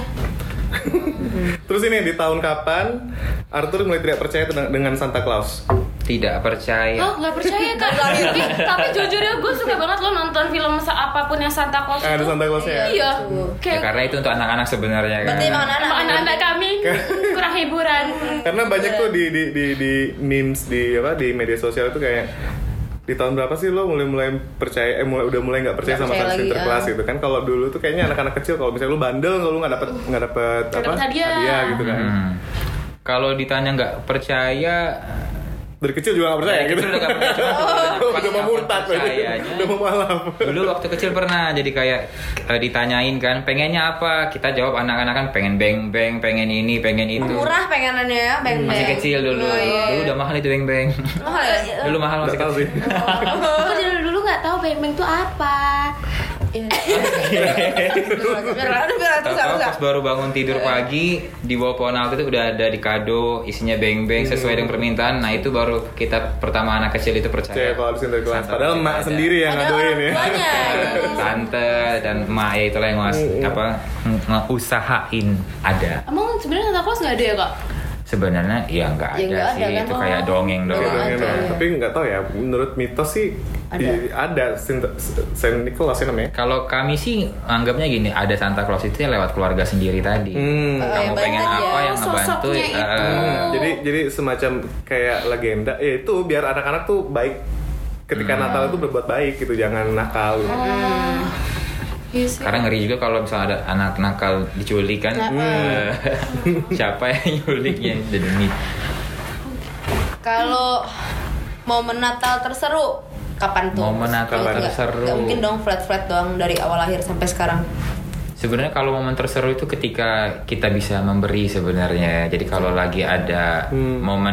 [SPEAKER 2] Terus ini di tahun kapan Arthur mulai tidak percaya dengan- dengan Santa Claus?
[SPEAKER 5] Tidak percaya.
[SPEAKER 3] oh nggak percaya kak. Ih, tapi jujur ya gue suka banget lo nonton film sa- apapun yang Santa Claus
[SPEAKER 2] Ah, ada
[SPEAKER 3] itu.
[SPEAKER 2] Santa Clausnya ya?
[SPEAKER 3] Iya.
[SPEAKER 4] Betul.
[SPEAKER 5] Ya,
[SPEAKER 3] Kayak
[SPEAKER 5] karena itu untuk anak-anak sebenarnya kan.
[SPEAKER 4] Berarti emang anak-anak.
[SPEAKER 3] emang anak-anak kami kurang hiburan.
[SPEAKER 2] Karena banyak tuh di di di, di memes di apa di media sosial itu kayak di tahun berapa sih lo mulai mulai percaya eh mulai udah mulai nggak percaya
[SPEAKER 4] Nggak
[SPEAKER 2] sama
[SPEAKER 4] percaya
[SPEAKER 2] Santa
[SPEAKER 4] lagi,
[SPEAKER 2] Sinterklas
[SPEAKER 4] ah.
[SPEAKER 2] gitu kan. Kalau dulu tuh kayaknya anak-anak kecil kalau misalnya lo bandel kalau lo nggak dapet nggak dapet
[SPEAKER 3] Nggak
[SPEAKER 2] apa
[SPEAKER 3] dapet hadiah.
[SPEAKER 2] gitu kan.
[SPEAKER 5] Hmm. Kalau ditanya nggak percaya,
[SPEAKER 2] Dari kecil juga nggak percaya
[SPEAKER 5] dari
[SPEAKER 2] gitu.
[SPEAKER 5] kecil udah nggak percaya. Cuma pas
[SPEAKER 2] Udah mau
[SPEAKER 5] nggak
[SPEAKER 2] murtad lagi.
[SPEAKER 5] percayanya,
[SPEAKER 2] Udah mau malaf.
[SPEAKER 5] Dulu waktu kecil pernah jadi kayak eh, ditanyain kan pengennya apa, kita jawab anak-anak kan pengen beng beng, pengen ini, pengen itu.
[SPEAKER 4] Murah pengenannya ya, beng
[SPEAKER 5] Masih kecil dulu.
[SPEAKER 4] Oh, iya.
[SPEAKER 5] Dulu udah mahal itu beng beng.
[SPEAKER 4] Mahal ya?
[SPEAKER 5] Dulu mahal
[SPEAKER 2] Nggak
[SPEAKER 5] masih
[SPEAKER 2] tahu
[SPEAKER 5] kecil.
[SPEAKER 2] sih.
[SPEAKER 3] Aku dari dulu nggak tahu beng-beng itu apa.
[SPEAKER 4] Iya. Biar biar biar terus
[SPEAKER 5] Tahu
[SPEAKER 4] terus.
[SPEAKER 5] pas baru bangun tidur pagi di bawah pohon Natal itu udah ada di kado isinya beng beng sesuai dengan permintaan. Nah itu baru kita pertama anak kecil itu percaya.
[SPEAKER 2] Percaya kalau di Sinterklas.
[SPEAKER 5] Santa
[SPEAKER 2] Padahal
[SPEAKER 5] Claus
[SPEAKER 2] emak
[SPEAKER 5] ada.
[SPEAKER 2] sendiri yang
[SPEAKER 4] Padahal
[SPEAKER 2] ngadoin
[SPEAKER 4] orang
[SPEAKER 2] ya.
[SPEAKER 4] tuanya.
[SPEAKER 5] Tante dan emak ya itulah yang ngas, apa ngusahain ada.
[SPEAKER 3] Emang sebenarnya Santa Claus nggak ada ya kak?
[SPEAKER 5] Sebenarnya ya nggak
[SPEAKER 4] Ya,
[SPEAKER 5] ada
[SPEAKER 4] nggak
[SPEAKER 5] sih,
[SPEAKER 4] ada kan?
[SPEAKER 5] itu kayak dongeng
[SPEAKER 4] Dongeng
[SPEAKER 5] doang.
[SPEAKER 2] Dongeng
[SPEAKER 4] aja,
[SPEAKER 2] doang.
[SPEAKER 4] ya.
[SPEAKER 2] Tapi nggak tahu ya. Menurut mitos sih
[SPEAKER 4] Ada.
[SPEAKER 2] di- ada Sinter- Saint Nicholas ya namanya.
[SPEAKER 5] Kalau kami sih anggapnya gini, ada Santa Claus itu ya lewat keluarga sendiri tadi.
[SPEAKER 2] Hmm.
[SPEAKER 4] Eh,
[SPEAKER 5] Kamu
[SPEAKER 4] yang
[SPEAKER 5] pengen
[SPEAKER 4] bantu
[SPEAKER 5] apa
[SPEAKER 4] dia.
[SPEAKER 5] yang ngebantu
[SPEAKER 3] Sosoknya
[SPEAKER 5] ya,
[SPEAKER 3] itu.
[SPEAKER 5] eh,
[SPEAKER 2] Hmm, jadi jadi semacam kayak legenda ya itu biar anak-anak tuh baik ketika
[SPEAKER 5] Hmm.
[SPEAKER 2] Natal itu berbuat baik gitu, jangan nakal gitu.
[SPEAKER 3] Iya sih.
[SPEAKER 5] Karena ngeri juga kalau misalnya ada anak nakal diculik kan. eh, siapa yang nyuliknya demi.
[SPEAKER 4] Kalau momen Natal terseru kapan tuh?
[SPEAKER 5] Momen Natal
[SPEAKER 4] Nggak- nggak-
[SPEAKER 5] terseru.
[SPEAKER 4] nggak mungkin dong flat-flat doang dari awal lahir sampai sekarang.
[SPEAKER 5] Sebenarnya kalau momen terseru itu ketika kita bisa memberi sebenarnya. Jadi kalau lagi ada
[SPEAKER 2] Hmm.
[SPEAKER 5] momen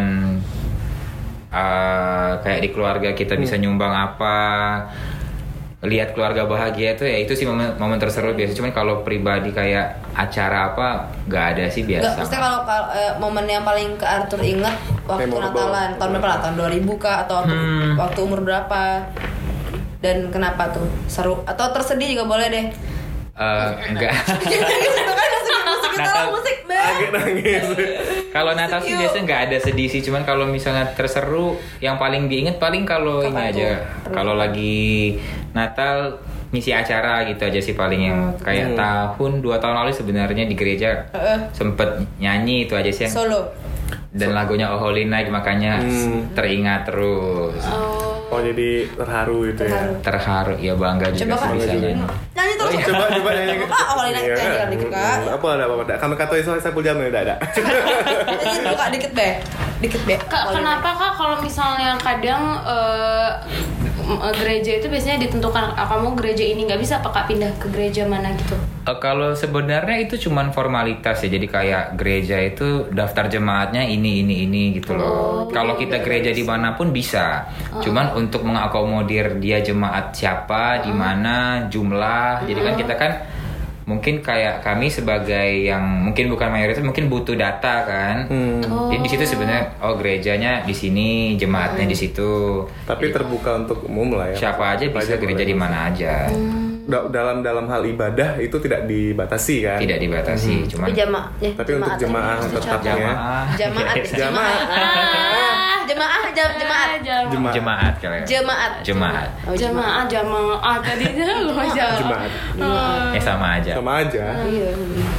[SPEAKER 5] uh, kayak di keluarga kita bisa nyumbang apa, lihat keluarga bahagia itu ya itu sih momen, momen terseru biasa. Cuman kalau pribadi kayak acara apa nggak ada sih
[SPEAKER 4] Nggak,
[SPEAKER 5] biasa.
[SPEAKER 4] maksudnya kalau kalau, eh, momen yang paling ke Arthur inget waktu
[SPEAKER 2] Memorable.
[SPEAKER 4] Natalan tahun berapa lah? Tahun dua ribu kah atau waktu,
[SPEAKER 5] Hmm.
[SPEAKER 4] waktu umur berapa? Dan kenapa tuh? Seru atau tersedih juga boleh deh.
[SPEAKER 5] Eh, enggak.
[SPEAKER 4] Musik kita
[SPEAKER 5] Natal.
[SPEAKER 4] musik deh.
[SPEAKER 2] Agak nangis.
[SPEAKER 5] Kalau Natal sih biasanya nggak ada sedih sih, cuman kalau misalnya terseru, yang paling diinget paling kalau ini
[SPEAKER 4] Kapan
[SPEAKER 5] aja,
[SPEAKER 4] tuh?
[SPEAKER 5] kalau lagi Natal ngisi acara gitu aja sih paling yang kayak tahun dua tahun lalu sebenarnya di gereja
[SPEAKER 4] Heeh.
[SPEAKER 5] sempet nyanyi itu aja sih yang
[SPEAKER 4] Solo.
[SPEAKER 5] dan lagunya Oh Holy Night makanya
[SPEAKER 2] Hmm.
[SPEAKER 5] teringat terus.
[SPEAKER 2] Oh jadi terharu itu ya.
[SPEAKER 4] Terharu.
[SPEAKER 5] Terharu, ya bangga juga
[SPEAKER 4] Coba
[SPEAKER 5] sih
[SPEAKER 4] Kak.
[SPEAKER 5] bisa nyanyi.
[SPEAKER 4] Nyanyi terus.
[SPEAKER 2] Coba coba nyanyi.
[SPEAKER 4] Ah, awalin
[SPEAKER 2] Iya,
[SPEAKER 4] nyanyi
[SPEAKER 2] kan?
[SPEAKER 4] dikit Kak.
[SPEAKER 2] Hmm, Apa ada apa ada. Kami kata itu saya pun jam ada ada.
[SPEAKER 4] Nyanyi dulu Kak dikit be. Dikit be.
[SPEAKER 3] Kak, kenapa Kak kalau misalnya kadang eh, m- eh, gereja itu biasanya ditentukan ah, kamu gereja ini nggak bisa apa Kak pindah ke gereja mana gitu?
[SPEAKER 5] Eh, kalau sebenarnya itu cuman formalitas ya, jadi kayak gereja itu daftar jemaatnya ini ini ini gitu loh. Kalau kita gereja dimanapun bisa, cuman untuk mengakomodir dia jemaat siapa, di mana, jumlah. Jadi kan kita kan mungkin kayak kami sebagai yang mungkin bukan mayoritas mungkin butuh data kan.
[SPEAKER 2] Hmm.
[SPEAKER 5] Jadi di situ sebenarnya oh gerejanya di sini, jemaatnya di situ.
[SPEAKER 2] Tapi terbuka untuk umum lah ya.
[SPEAKER 5] Siapa aja bisa
[SPEAKER 2] aja
[SPEAKER 5] gereja
[SPEAKER 2] boleh.
[SPEAKER 5] di mana aja.
[SPEAKER 2] Da- dalam dalam hal ibadah itu tidak dibatasi kan?
[SPEAKER 5] Tidak dibatasi, cuman
[SPEAKER 4] Tapi jamaah. ya,
[SPEAKER 2] Tapi untuk jemaah tetapnya.
[SPEAKER 5] jamaah.
[SPEAKER 4] Jamaat.
[SPEAKER 2] Jamaah.
[SPEAKER 4] Ah, jemaah jam jemaat.
[SPEAKER 3] Jamaah.
[SPEAKER 2] Jemaah.
[SPEAKER 5] Jemaat kalian.
[SPEAKER 4] Jemaat.
[SPEAKER 5] Jemaat.
[SPEAKER 4] Oh,
[SPEAKER 3] Jamaah, jamaah tadi itu jamaah.
[SPEAKER 2] Jemaat.
[SPEAKER 5] Ya sama aja.
[SPEAKER 2] Sama aja.
[SPEAKER 4] Iya.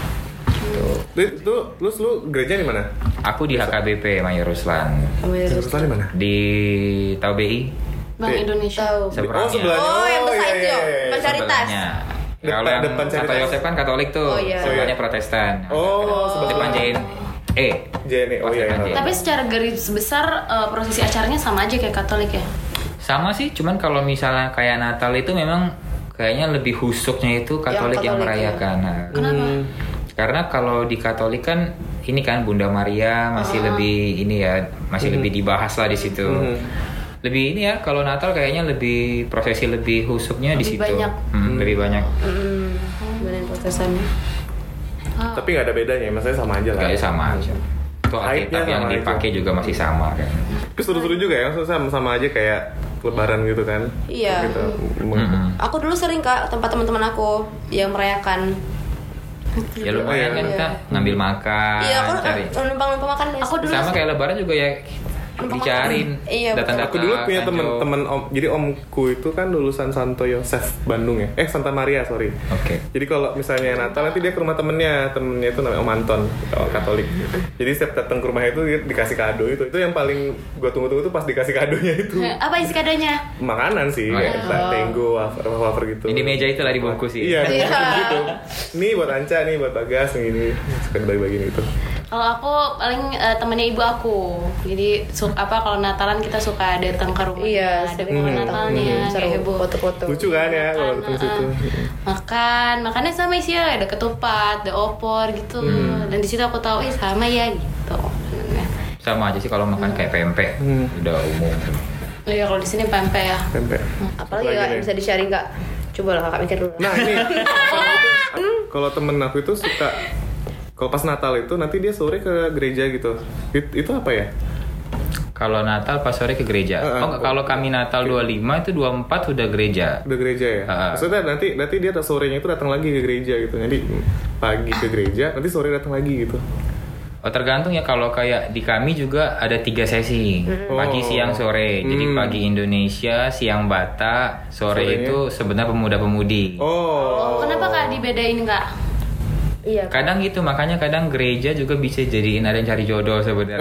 [SPEAKER 2] Lu, lu, lu, lu gereja di mana?
[SPEAKER 5] Aku di H K B P Mayor Ruslan
[SPEAKER 2] Ruslan di mana?
[SPEAKER 5] di Tahu B I.
[SPEAKER 3] Bank Indonesia.
[SPEAKER 4] Tahu.
[SPEAKER 5] Seberangnya.
[SPEAKER 2] Oh sebelahnya.
[SPEAKER 4] Oh, yang besar
[SPEAKER 2] iya,
[SPEAKER 4] itu
[SPEAKER 2] iya,
[SPEAKER 4] ya?
[SPEAKER 2] iya.
[SPEAKER 4] Mencaritas.
[SPEAKER 5] Sebelahnya.
[SPEAKER 2] Depan-
[SPEAKER 5] Kalau yang
[SPEAKER 2] depan
[SPEAKER 5] Santo
[SPEAKER 2] Caritas.
[SPEAKER 5] Yosef kan Katolik tuh,
[SPEAKER 4] Oh, iya.
[SPEAKER 5] sebelahnya Protestan.
[SPEAKER 2] Oh, sebelah
[SPEAKER 5] Depan J N E.
[SPEAKER 2] J N E, oh iya, iya.
[SPEAKER 3] Tapi secara garis besar eh, prosesi acaranya sama aja kayak Katolik ya?
[SPEAKER 5] Sama sih, cuman kalau misalnya kayak Natal itu memang kayaknya lebih husuknya itu Katolik yang,
[SPEAKER 4] Katolik,
[SPEAKER 5] merayakan. Nah,
[SPEAKER 3] Kenapa?
[SPEAKER 5] karena kalau di Katolik kan ini kan Bunda Maria masih lebih ini ya, masih lebih dibahas lah di situ. Lebih ini ya, kalau Natal kayaknya lebih prosesi lebih husuknya di
[SPEAKER 3] Lebih
[SPEAKER 5] situ.
[SPEAKER 3] banyak.
[SPEAKER 5] Hmm, lebih banyak.
[SPEAKER 4] Hmm. Beneran protesannya.
[SPEAKER 2] Tapi nggak ada bedanya, maksudnya sama aja lah.
[SPEAKER 5] Kayaknya sama aja. Tuh
[SPEAKER 2] Hype-nya
[SPEAKER 5] Alkitab yang
[SPEAKER 2] sama
[SPEAKER 5] dipakai
[SPEAKER 2] aja.
[SPEAKER 5] juga masih sama kan.
[SPEAKER 2] Terus seru-seru juga ya, maksudnya sama-sama aja kayak Lebaran gitu kan.
[SPEAKER 4] Iya.
[SPEAKER 2] Gitu.
[SPEAKER 5] Mm-mm.
[SPEAKER 4] Aku dulu sering Kak tempat teman-teman aku yang merayakan.
[SPEAKER 5] Ya lumayan
[SPEAKER 2] Iya.
[SPEAKER 5] kan kita ngambil makan,
[SPEAKER 4] Iya, aku
[SPEAKER 5] cari.
[SPEAKER 4] numpang-numpang makan.
[SPEAKER 3] Aku dulu
[SPEAKER 5] Sama kayak Lebaran juga ya dicariin.
[SPEAKER 4] Iya,
[SPEAKER 5] Datang-datang.
[SPEAKER 2] Aku dulu punya
[SPEAKER 5] Tanjung.
[SPEAKER 2] temen-temen om, jadi omku itu kan lulusan Santo Yosef Bandung ya, eh Santa Maria sorry.
[SPEAKER 5] Oke.
[SPEAKER 2] Jadi kalau misalnya Natal nanti dia ke rumah temennya, temennya itu namanya Om Anton, oh, Katolik. Jadi setiap datang ke rumahnya itu dia dikasih kado itu, itu yang paling gue tunggu-tunggu tuh pas dikasih kadonya itu.
[SPEAKER 3] Apa isi kadonya?
[SPEAKER 2] Makanan sih, kayak
[SPEAKER 5] Oh.
[SPEAKER 2] tango, wafer, wafer gitu.
[SPEAKER 5] Ini meja itu lah dibungkus sih.
[SPEAKER 2] Iya,
[SPEAKER 4] Iya.
[SPEAKER 2] gitu. Nih buat Anca, nih buat Bagas, nih ini suka dibagi-bagiin gitu.
[SPEAKER 3] Kalau aku paling eh, temennya ibu aku. Jadi su- apa kalau Natalan kita suka datang ke rumah.
[SPEAKER 4] Iya,
[SPEAKER 3] ada
[SPEAKER 4] sering
[SPEAKER 3] bunga
[SPEAKER 4] datang.
[SPEAKER 3] Natalnya
[SPEAKER 4] Hmm,
[SPEAKER 3] kayak
[SPEAKER 4] seru,
[SPEAKER 3] heboh.
[SPEAKER 4] foto-foto.
[SPEAKER 2] Lucu kan ya kalau
[SPEAKER 3] Makan,
[SPEAKER 2] datang ke situ.
[SPEAKER 3] uh-uh. Makan, makannya sama isinya ada ketupat, ada opor gitu. Dan di situ aku tahu, ih sama ya gitu.
[SPEAKER 5] Sama aja sih kalau makan kayak pempek.
[SPEAKER 2] Hmm.
[SPEAKER 5] Udah umum.
[SPEAKER 3] Iya kalau di sini pempek ya.
[SPEAKER 2] Pempek.
[SPEAKER 4] Apalagi
[SPEAKER 2] Lagi
[SPEAKER 4] Kak
[SPEAKER 2] nih.
[SPEAKER 4] bisa di-sharing Kak. Coba lah Kakak mikir dulu.
[SPEAKER 2] Nah ini kalau temen aku itu suka kalau pas Natal itu nanti dia sore ke gereja gitu. It- itu apa ya?
[SPEAKER 5] Kalau Natal pas sore ke gereja.
[SPEAKER 2] Uh-uh.
[SPEAKER 5] Oh, kalau kami Natal dua puluh lima itu dua puluh empat udah gereja.
[SPEAKER 2] Udah gereja ya?
[SPEAKER 5] Ah.
[SPEAKER 2] Maksudnya nanti nanti dia sorenya itu datang lagi ke gereja gitu. Jadi pagi ke gereja, nanti sore datang lagi gitu.
[SPEAKER 5] Oh, tergantung ya, kalau kayak di kami juga ada tiga sesi. Pagi,
[SPEAKER 2] Oh.
[SPEAKER 5] siang, sore. Jadi
[SPEAKER 2] Hmm.
[SPEAKER 5] pagi Indonesia, siang Batak, sore
[SPEAKER 2] Sorenya?
[SPEAKER 5] itu sebenarnya pemuda-pemudi.
[SPEAKER 2] Oh.
[SPEAKER 3] Kenapa Kak dibedain Kak?
[SPEAKER 4] Iya. Kak.
[SPEAKER 5] Kadang gitu, makanya kadang gereja juga bisa jadiin ada yang cari jodoh sebenarnya.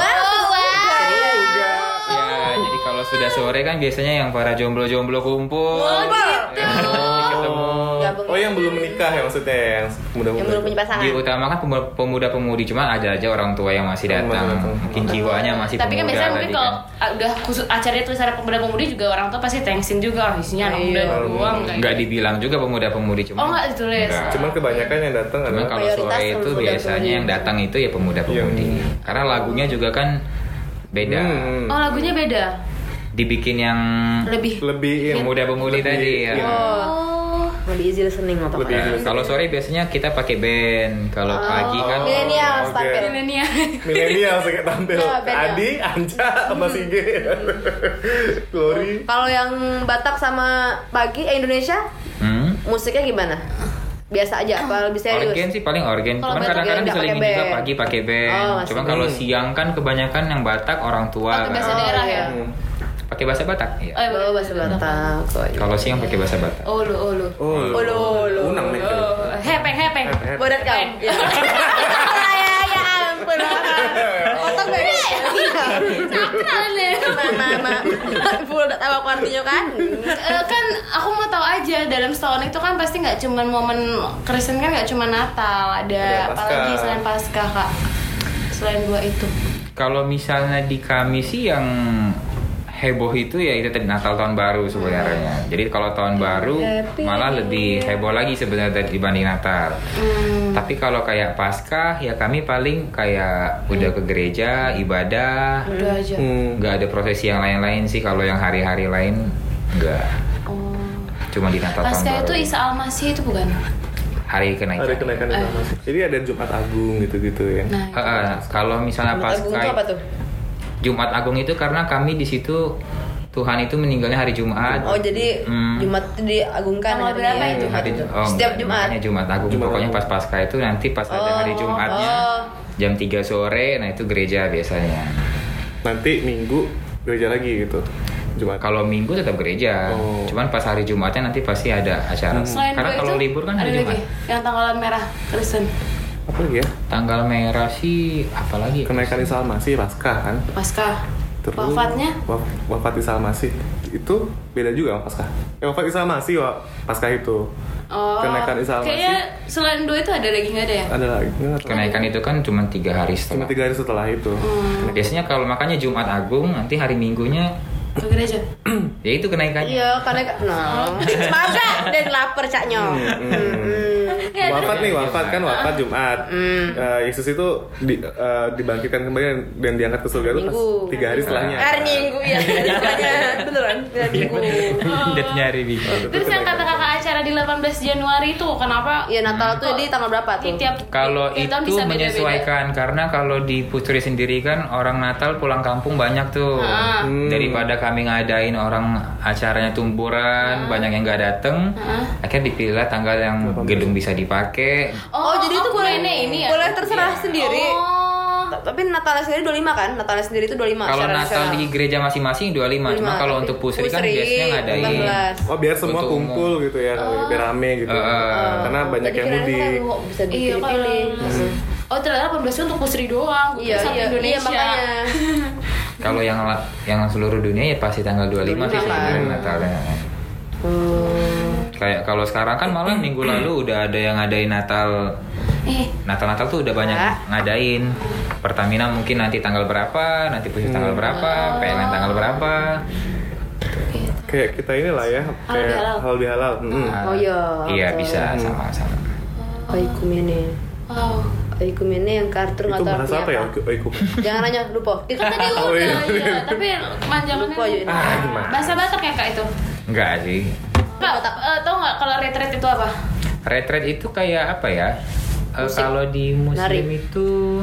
[SPEAKER 5] Ya, jadi kalau sudah sore kan biasanya yang para jomblo-jomblo kumpul.
[SPEAKER 3] Oh gitu.
[SPEAKER 5] Ketemu.
[SPEAKER 4] Gabung.
[SPEAKER 2] Oh yang belum menikah ya maksudnya yang muda-muda.
[SPEAKER 4] Yang belum punya pasangan.
[SPEAKER 5] Diutamakan pemu- pemuda-pemudi, cuma ada aja orang tua yang masih
[SPEAKER 2] Oh,
[SPEAKER 5] datang.
[SPEAKER 2] masih datang.
[SPEAKER 5] Mungkin jiwanya masih
[SPEAKER 3] Tapi kan
[SPEAKER 5] pemuda
[SPEAKER 3] biasanya mungkin
[SPEAKER 5] tadi
[SPEAKER 3] kalau
[SPEAKER 5] kan.
[SPEAKER 3] ah, udah khusus acaranya tulisannya pemuda-pemudi juga orang tua pasti thanksin juga oh, isinya anak muda
[SPEAKER 4] Iya.
[SPEAKER 3] doang kayak.
[SPEAKER 5] Nggak dibilang juga pemuda-pemudi, cuma
[SPEAKER 3] Oh nggak ditulis.
[SPEAKER 5] Nggak.
[SPEAKER 2] Cuman kebanyakan yang datang
[SPEAKER 5] Cuman
[SPEAKER 2] adalah
[SPEAKER 5] kalau
[SPEAKER 4] Mayoritas
[SPEAKER 5] sore itu
[SPEAKER 4] pemuda-pemudi.
[SPEAKER 5] biasanya yang datang itu ya pemuda-pemudi.
[SPEAKER 2] Iya.
[SPEAKER 5] Karena lagunya juga kan beda.
[SPEAKER 2] Hmm.
[SPEAKER 3] Oh lagunya beda.
[SPEAKER 5] Dibikin yang
[SPEAKER 3] Lebih.
[SPEAKER 2] lebih in-
[SPEAKER 5] pemuda-pemudi
[SPEAKER 2] lebih
[SPEAKER 5] tadi ya.
[SPEAKER 2] in.
[SPEAKER 3] Oh.
[SPEAKER 4] lebih easy listening atau
[SPEAKER 2] Lebih
[SPEAKER 4] apa?
[SPEAKER 2] easy.
[SPEAKER 5] Kalau sore biasanya kita pakai band. Kalau pagi kan
[SPEAKER 4] Milenial
[SPEAKER 2] oke.
[SPEAKER 4] tampil.
[SPEAKER 3] Milenial.
[SPEAKER 2] Milenial sih kayak tampil.
[SPEAKER 4] Ya, beda.
[SPEAKER 2] Adi, Anca, sama Sige. Glory.
[SPEAKER 4] Kalau yang Batak sama pagi eh, Indonesia
[SPEAKER 5] hmm?
[SPEAKER 4] musiknya gimana? Biasa aja apa lebih serius?
[SPEAKER 5] Organ sih paling organ.
[SPEAKER 3] Kalau
[SPEAKER 5] Cuman
[SPEAKER 3] Batak
[SPEAKER 5] kadang-kadang
[SPEAKER 4] nggak
[SPEAKER 5] diselingin
[SPEAKER 4] pakai
[SPEAKER 5] juga
[SPEAKER 4] band.
[SPEAKER 5] pagi pakai band.
[SPEAKER 4] Oh,
[SPEAKER 5] Cuma
[SPEAKER 4] masih.
[SPEAKER 5] kalau
[SPEAKER 2] Hmm.
[SPEAKER 5] siang kan kebanyakan yang Batak orang tua.
[SPEAKER 3] Pakai
[SPEAKER 5] kan.
[SPEAKER 3] bahasa daerah ya.
[SPEAKER 2] Hmm.
[SPEAKER 5] Pakai bahasa Batak. Iya.
[SPEAKER 3] Oh, iya,
[SPEAKER 4] Oh, bahasa Batak. Oh, iya.
[SPEAKER 5] Kalau siang pakai bahasa Batak.
[SPEAKER 3] Oh lu, oh lu.
[SPEAKER 2] Oh,
[SPEAKER 4] Oh, lo, lo.
[SPEAKER 2] Unang nih.
[SPEAKER 3] Oh, hepeng, hepeng.
[SPEAKER 4] Bodat kau. Ya. ya, ya ampun. Otak beda.
[SPEAKER 3] Kenal nih.
[SPEAKER 4] Mama, full udah tahu aku artinya kan?
[SPEAKER 3] Eh, kan aku mau tahu aja dalam setahun itu kan pasti nggak cuma momen Kristen kan nggak cuma Natal, ada
[SPEAKER 2] Ada
[SPEAKER 3] apa
[SPEAKER 2] Paskah.
[SPEAKER 3] lagi selain Paskah kak? Selain dua itu.
[SPEAKER 5] Kalau misalnya di kami sih yang heboh itu ya itu tadi Natal tahun baru sebenarnya. Jadi kalau tahun baru
[SPEAKER 4] Happy
[SPEAKER 5] malah lebih heboh lagi sebenarnya dibanding Natal.
[SPEAKER 3] Hmm.
[SPEAKER 5] Tapi kalau kayak Paskah ya kami paling kayak udah ke gereja ibadah,
[SPEAKER 3] Udah aja.
[SPEAKER 2] Hmm.
[SPEAKER 5] nggak ada prosesi yang lain-lain sih. Kalau yang hari-hari lain nggak,
[SPEAKER 3] Oh.
[SPEAKER 5] cuma di Natal tahun
[SPEAKER 3] Paskah
[SPEAKER 5] baru.
[SPEAKER 3] itu Isa Al-Masih itu bukan?
[SPEAKER 5] Hari kenaikan.
[SPEAKER 2] Ada kenaikan
[SPEAKER 3] Eh.
[SPEAKER 2] informasi. Jadi ada Jumat Agung gitu-gitu ya.
[SPEAKER 3] Nah,
[SPEAKER 5] Heeh, kalau misalnya
[SPEAKER 4] Jumat Agung
[SPEAKER 5] Paskah
[SPEAKER 4] itu apa tuh?
[SPEAKER 5] Jumat Agung itu karena kami di situ Tuhan itu meninggalnya hari Jumat.
[SPEAKER 4] Oh jadi
[SPEAKER 5] Hmm.
[SPEAKER 4] Jumat itu diagungkan
[SPEAKER 3] Tanggal
[SPEAKER 4] harinya.
[SPEAKER 3] berapa itu?
[SPEAKER 5] Hari, oh,
[SPEAKER 4] Setiap
[SPEAKER 5] enggak,
[SPEAKER 4] Jumat.
[SPEAKER 5] makanya Jumat Agung.
[SPEAKER 2] Jumat
[SPEAKER 5] Pokoknya
[SPEAKER 2] Agung.
[SPEAKER 5] pas Paskah itu nanti pas ada hari
[SPEAKER 4] Oh,
[SPEAKER 5] Jumatnya
[SPEAKER 4] oh.
[SPEAKER 5] jam tiga sore, nah itu gereja biasanya.
[SPEAKER 2] Nanti Minggu gereja lagi gitu. Jumat.
[SPEAKER 5] Kalau Minggu tetap gereja.
[SPEAKER 2] Oh.
[SPEAKER 5] Cuman pas hari Jumatnya nanti pasti ada acara.
[SPEAKER 3] Selain
[SPEAKER 5] Karena
[SPEAKER 3] dua
[SPEAKER 5] kalau
[SPEAKER 3] itu,
[SPEAKER 5] libur kan
[SPEAKER 3] ada
[SPEAKER 5] hari Jumat.
[SPEAKER 3] lagi yang tanggalan merah Kristen.
[SPEAKER 2] Apa lagi ya?
[SPEAKER 5] Tanggal merah sih apalagi?
[SPEAKER 2] Kenaikan Isa Al-Masih Paskah kan.
[SPEAKER 3] Paskah.
[SPEAKER 2] Terus
[SPEAKER 3] Wafatnya?
[SPEAKER 2] waf- wafat Isa Al-Masih itu beda juga sama Paskah. Eh, wafat Isa Al-Masih wa- Paskah itu.
[SPEAKER 3] Oh.
[SPEAKER 2] Kenaikan Isa Al-Masih.
[SPEAKER 3] Kayaknya selain dua itu ada lagi nggak ada ya?
[SPEAKER 2] Ada lagi nggak tahu.
[SPEAKER 5] Kenaikan itu kan cuma tiga hari
[SPEAKER 2] Cuma
[SPEAKER 5] setelah.
[SPEAKER 2] tiga hari setelah itu.
[SPEAKER 3] Hmm.
[SPEAKER 5] Biasanya kalau makanya Jumat Agung nanti hari Minggunya
[SPEAKER 3] Ke gereja.
[SPEAKER 5] ya itu kenaikannya.
[SPEAKER 4] Iya karena no. Maaf Kak, dan lapar caknya.
[SPEAKER 3] Ya,
[SPEAKER 2] Wafat nih, wafat kan wafat Jumat. Eh, Yesus itu di- eh, dibangkitkan kembali dan- dan diangkat ke surga itu pas
[SPEAKER 4] Minggu.
[SPEAKER 2] tiga hari setelahnya.
[SPEAKER 4] Hari Minggu ya. Setelahnya beneran hari Minggu.
[SPEAKER 5] Datanya hari Minggu.
[SPEAKER 3] Terus yang kata kakak acara di delapan belas Januari itu kenapa?
[SPEAKER 4] Iya Natal tuh di tanggal berapa
[SPEAKER 3] Di
[SPEAKER 4] tuh?
[SPEAKER 3] tiap
[SPEAKER 5] Kalau
[SPEAKER 3] tiap tahun
[SPEAKER 5] itu
[SPEAKER 3] bisa beda-beda.
[SPEAKER 5] menyesuaikan karena kalau di Putri sendiri kan orang Natal pulang kampung banyak tuh.
[SPEAKER 3] Ah.
[SPEAKER 2] Hmm.
[SPEAKER 5] Daripada kami ngadain orang acaranya tumburan, banyak yang nggak dateng, akhirnya dipilih tanggal yang gedung bisa dipakai.
[SPEAKER 4] Oh, jadi itu boleh
[SPEAKER 3] nenek ini ya?
[SPEAKER 4] boleh terserah sendiri.
[SPEAKER 3] Oh.
[SPEAKER 4] Ta- Tapi Natalnya sendiri dua puluh lima kan? Natalnya sendiri itu dua puluh lima
[SPEAKER 5] Kalau
[SPEAKER 4] secara
[SPEAKER 5] Natal
[SPEAKER 4] nasional.
[SPEAKER 5] di gereja masing-masing dua puluh lima, cuma kalau
[SPEAKER 4] tapi
[SPEAKER 5] untuk pusri kan
[SPEAKER 4] pusri,
[SPEAKER 5] biasanya ngadain.
[SPEAKER 4] delapan belas.
[SPEAKER 2] Oh biar semua
[SPEAKER 5] Untuk umum.
[SPEAKER 2] kumpul gitu ya, biar rame gitu.
[SPEAKER 5] Eh,
[SPEAKER 2] Karena banyak
[SPEAKER 4] Jadi
[SPEAKER 2] yang
[SPEAKER 4] kirain
[SPEAKER 2] mudik.
[SPEAKER 4] kan kok bisa
[SPEAKER 3] Iya
[SPEAKER 4] dipilih-pilih.
[SPEAKER 3] kalau Oh ternyata delapan belas untuk pusri doang. Gua
[SPEAKER 4] Iya,
[SPEAKER 3] kira satu
[SPEAKER 4] iya,
[SPEAKER 3] Indonesia.
[SPEAKER 4] iya makanya.
[SPEAKER 5] Kalau yang la- yang seluruh dunia ya pasti tanggal dua puluh lima sih
[SPEAKER 4] dua puluh lima
[SPEAKER 5] sebenarnya
[SPEAKER 2] kan.
[SPEAKER 5] Natalnya.
[SPEAKER 4] Hmm.
[SPEAKER 5] Kayak kalau sekarang kan malah minggu lalu udah ada yang ngadain Natal.
[SPEAKER 3] Eh,
[SPEAKER 5] Natal-Natal tuh udah banyak
[SPEAKER 4] Ya.
[SPEAKER 5] ngadain. Pertamina mungkin nanti tanggal berapa, nanti Pusat tanggal berapa, P L N tanggal berapa.
[SPEAKER 2] Kayak kita inilah ya, kayak
[SPEAKER 3] bihalal.
[SPEAKER 2] hal bihalal. Mm-mm.
[SPEAKER 4] Oh iya.
[SPEAKER 5] Iya
[SPEAKER 4] betul.
[SPEAKER 5] bisa sama-sama.
[SPEAKER 4] Oikumene.
[SPEAKER 3] wow.
[SPEAKER 4] Oikumene yang kartu nggak
[SPEAKER 2] Itu
[SPEAKER 4] tahu
[SPEAKER 2] bahasa
[SPEAKER 4] artinya
[SPEAKER 2] apa ya?
[SPEAKER 4] apa.
[SPEAKER 2] Oiku.
[SPEAKER 4] Jangan nanya lupa.
[SPEAKER 3] Kan tadi udah
[SPEAKER 2] Oh, iya.
[SPEAKER 3] ya, tapi kemanjangannya
[SPEAKER 4] Lupa aja ini.
[SPEAKER 2] Ah, gimana?
[SPEAKER 3] bahasa Batak ya kak itu.
[SPEAKER 5] Enggak sih.
[SPEAKER 3] Kak, eh, tau nggak kalau retret itu apa?
[SPEAKER 5] Retret itu kayak apa ya? Eh,
[SPEAKER 4] Musik.
[SPEAKER 5] kalau di muslim
[SPEAKER 4] Nari.
[SPEAKER 5] itu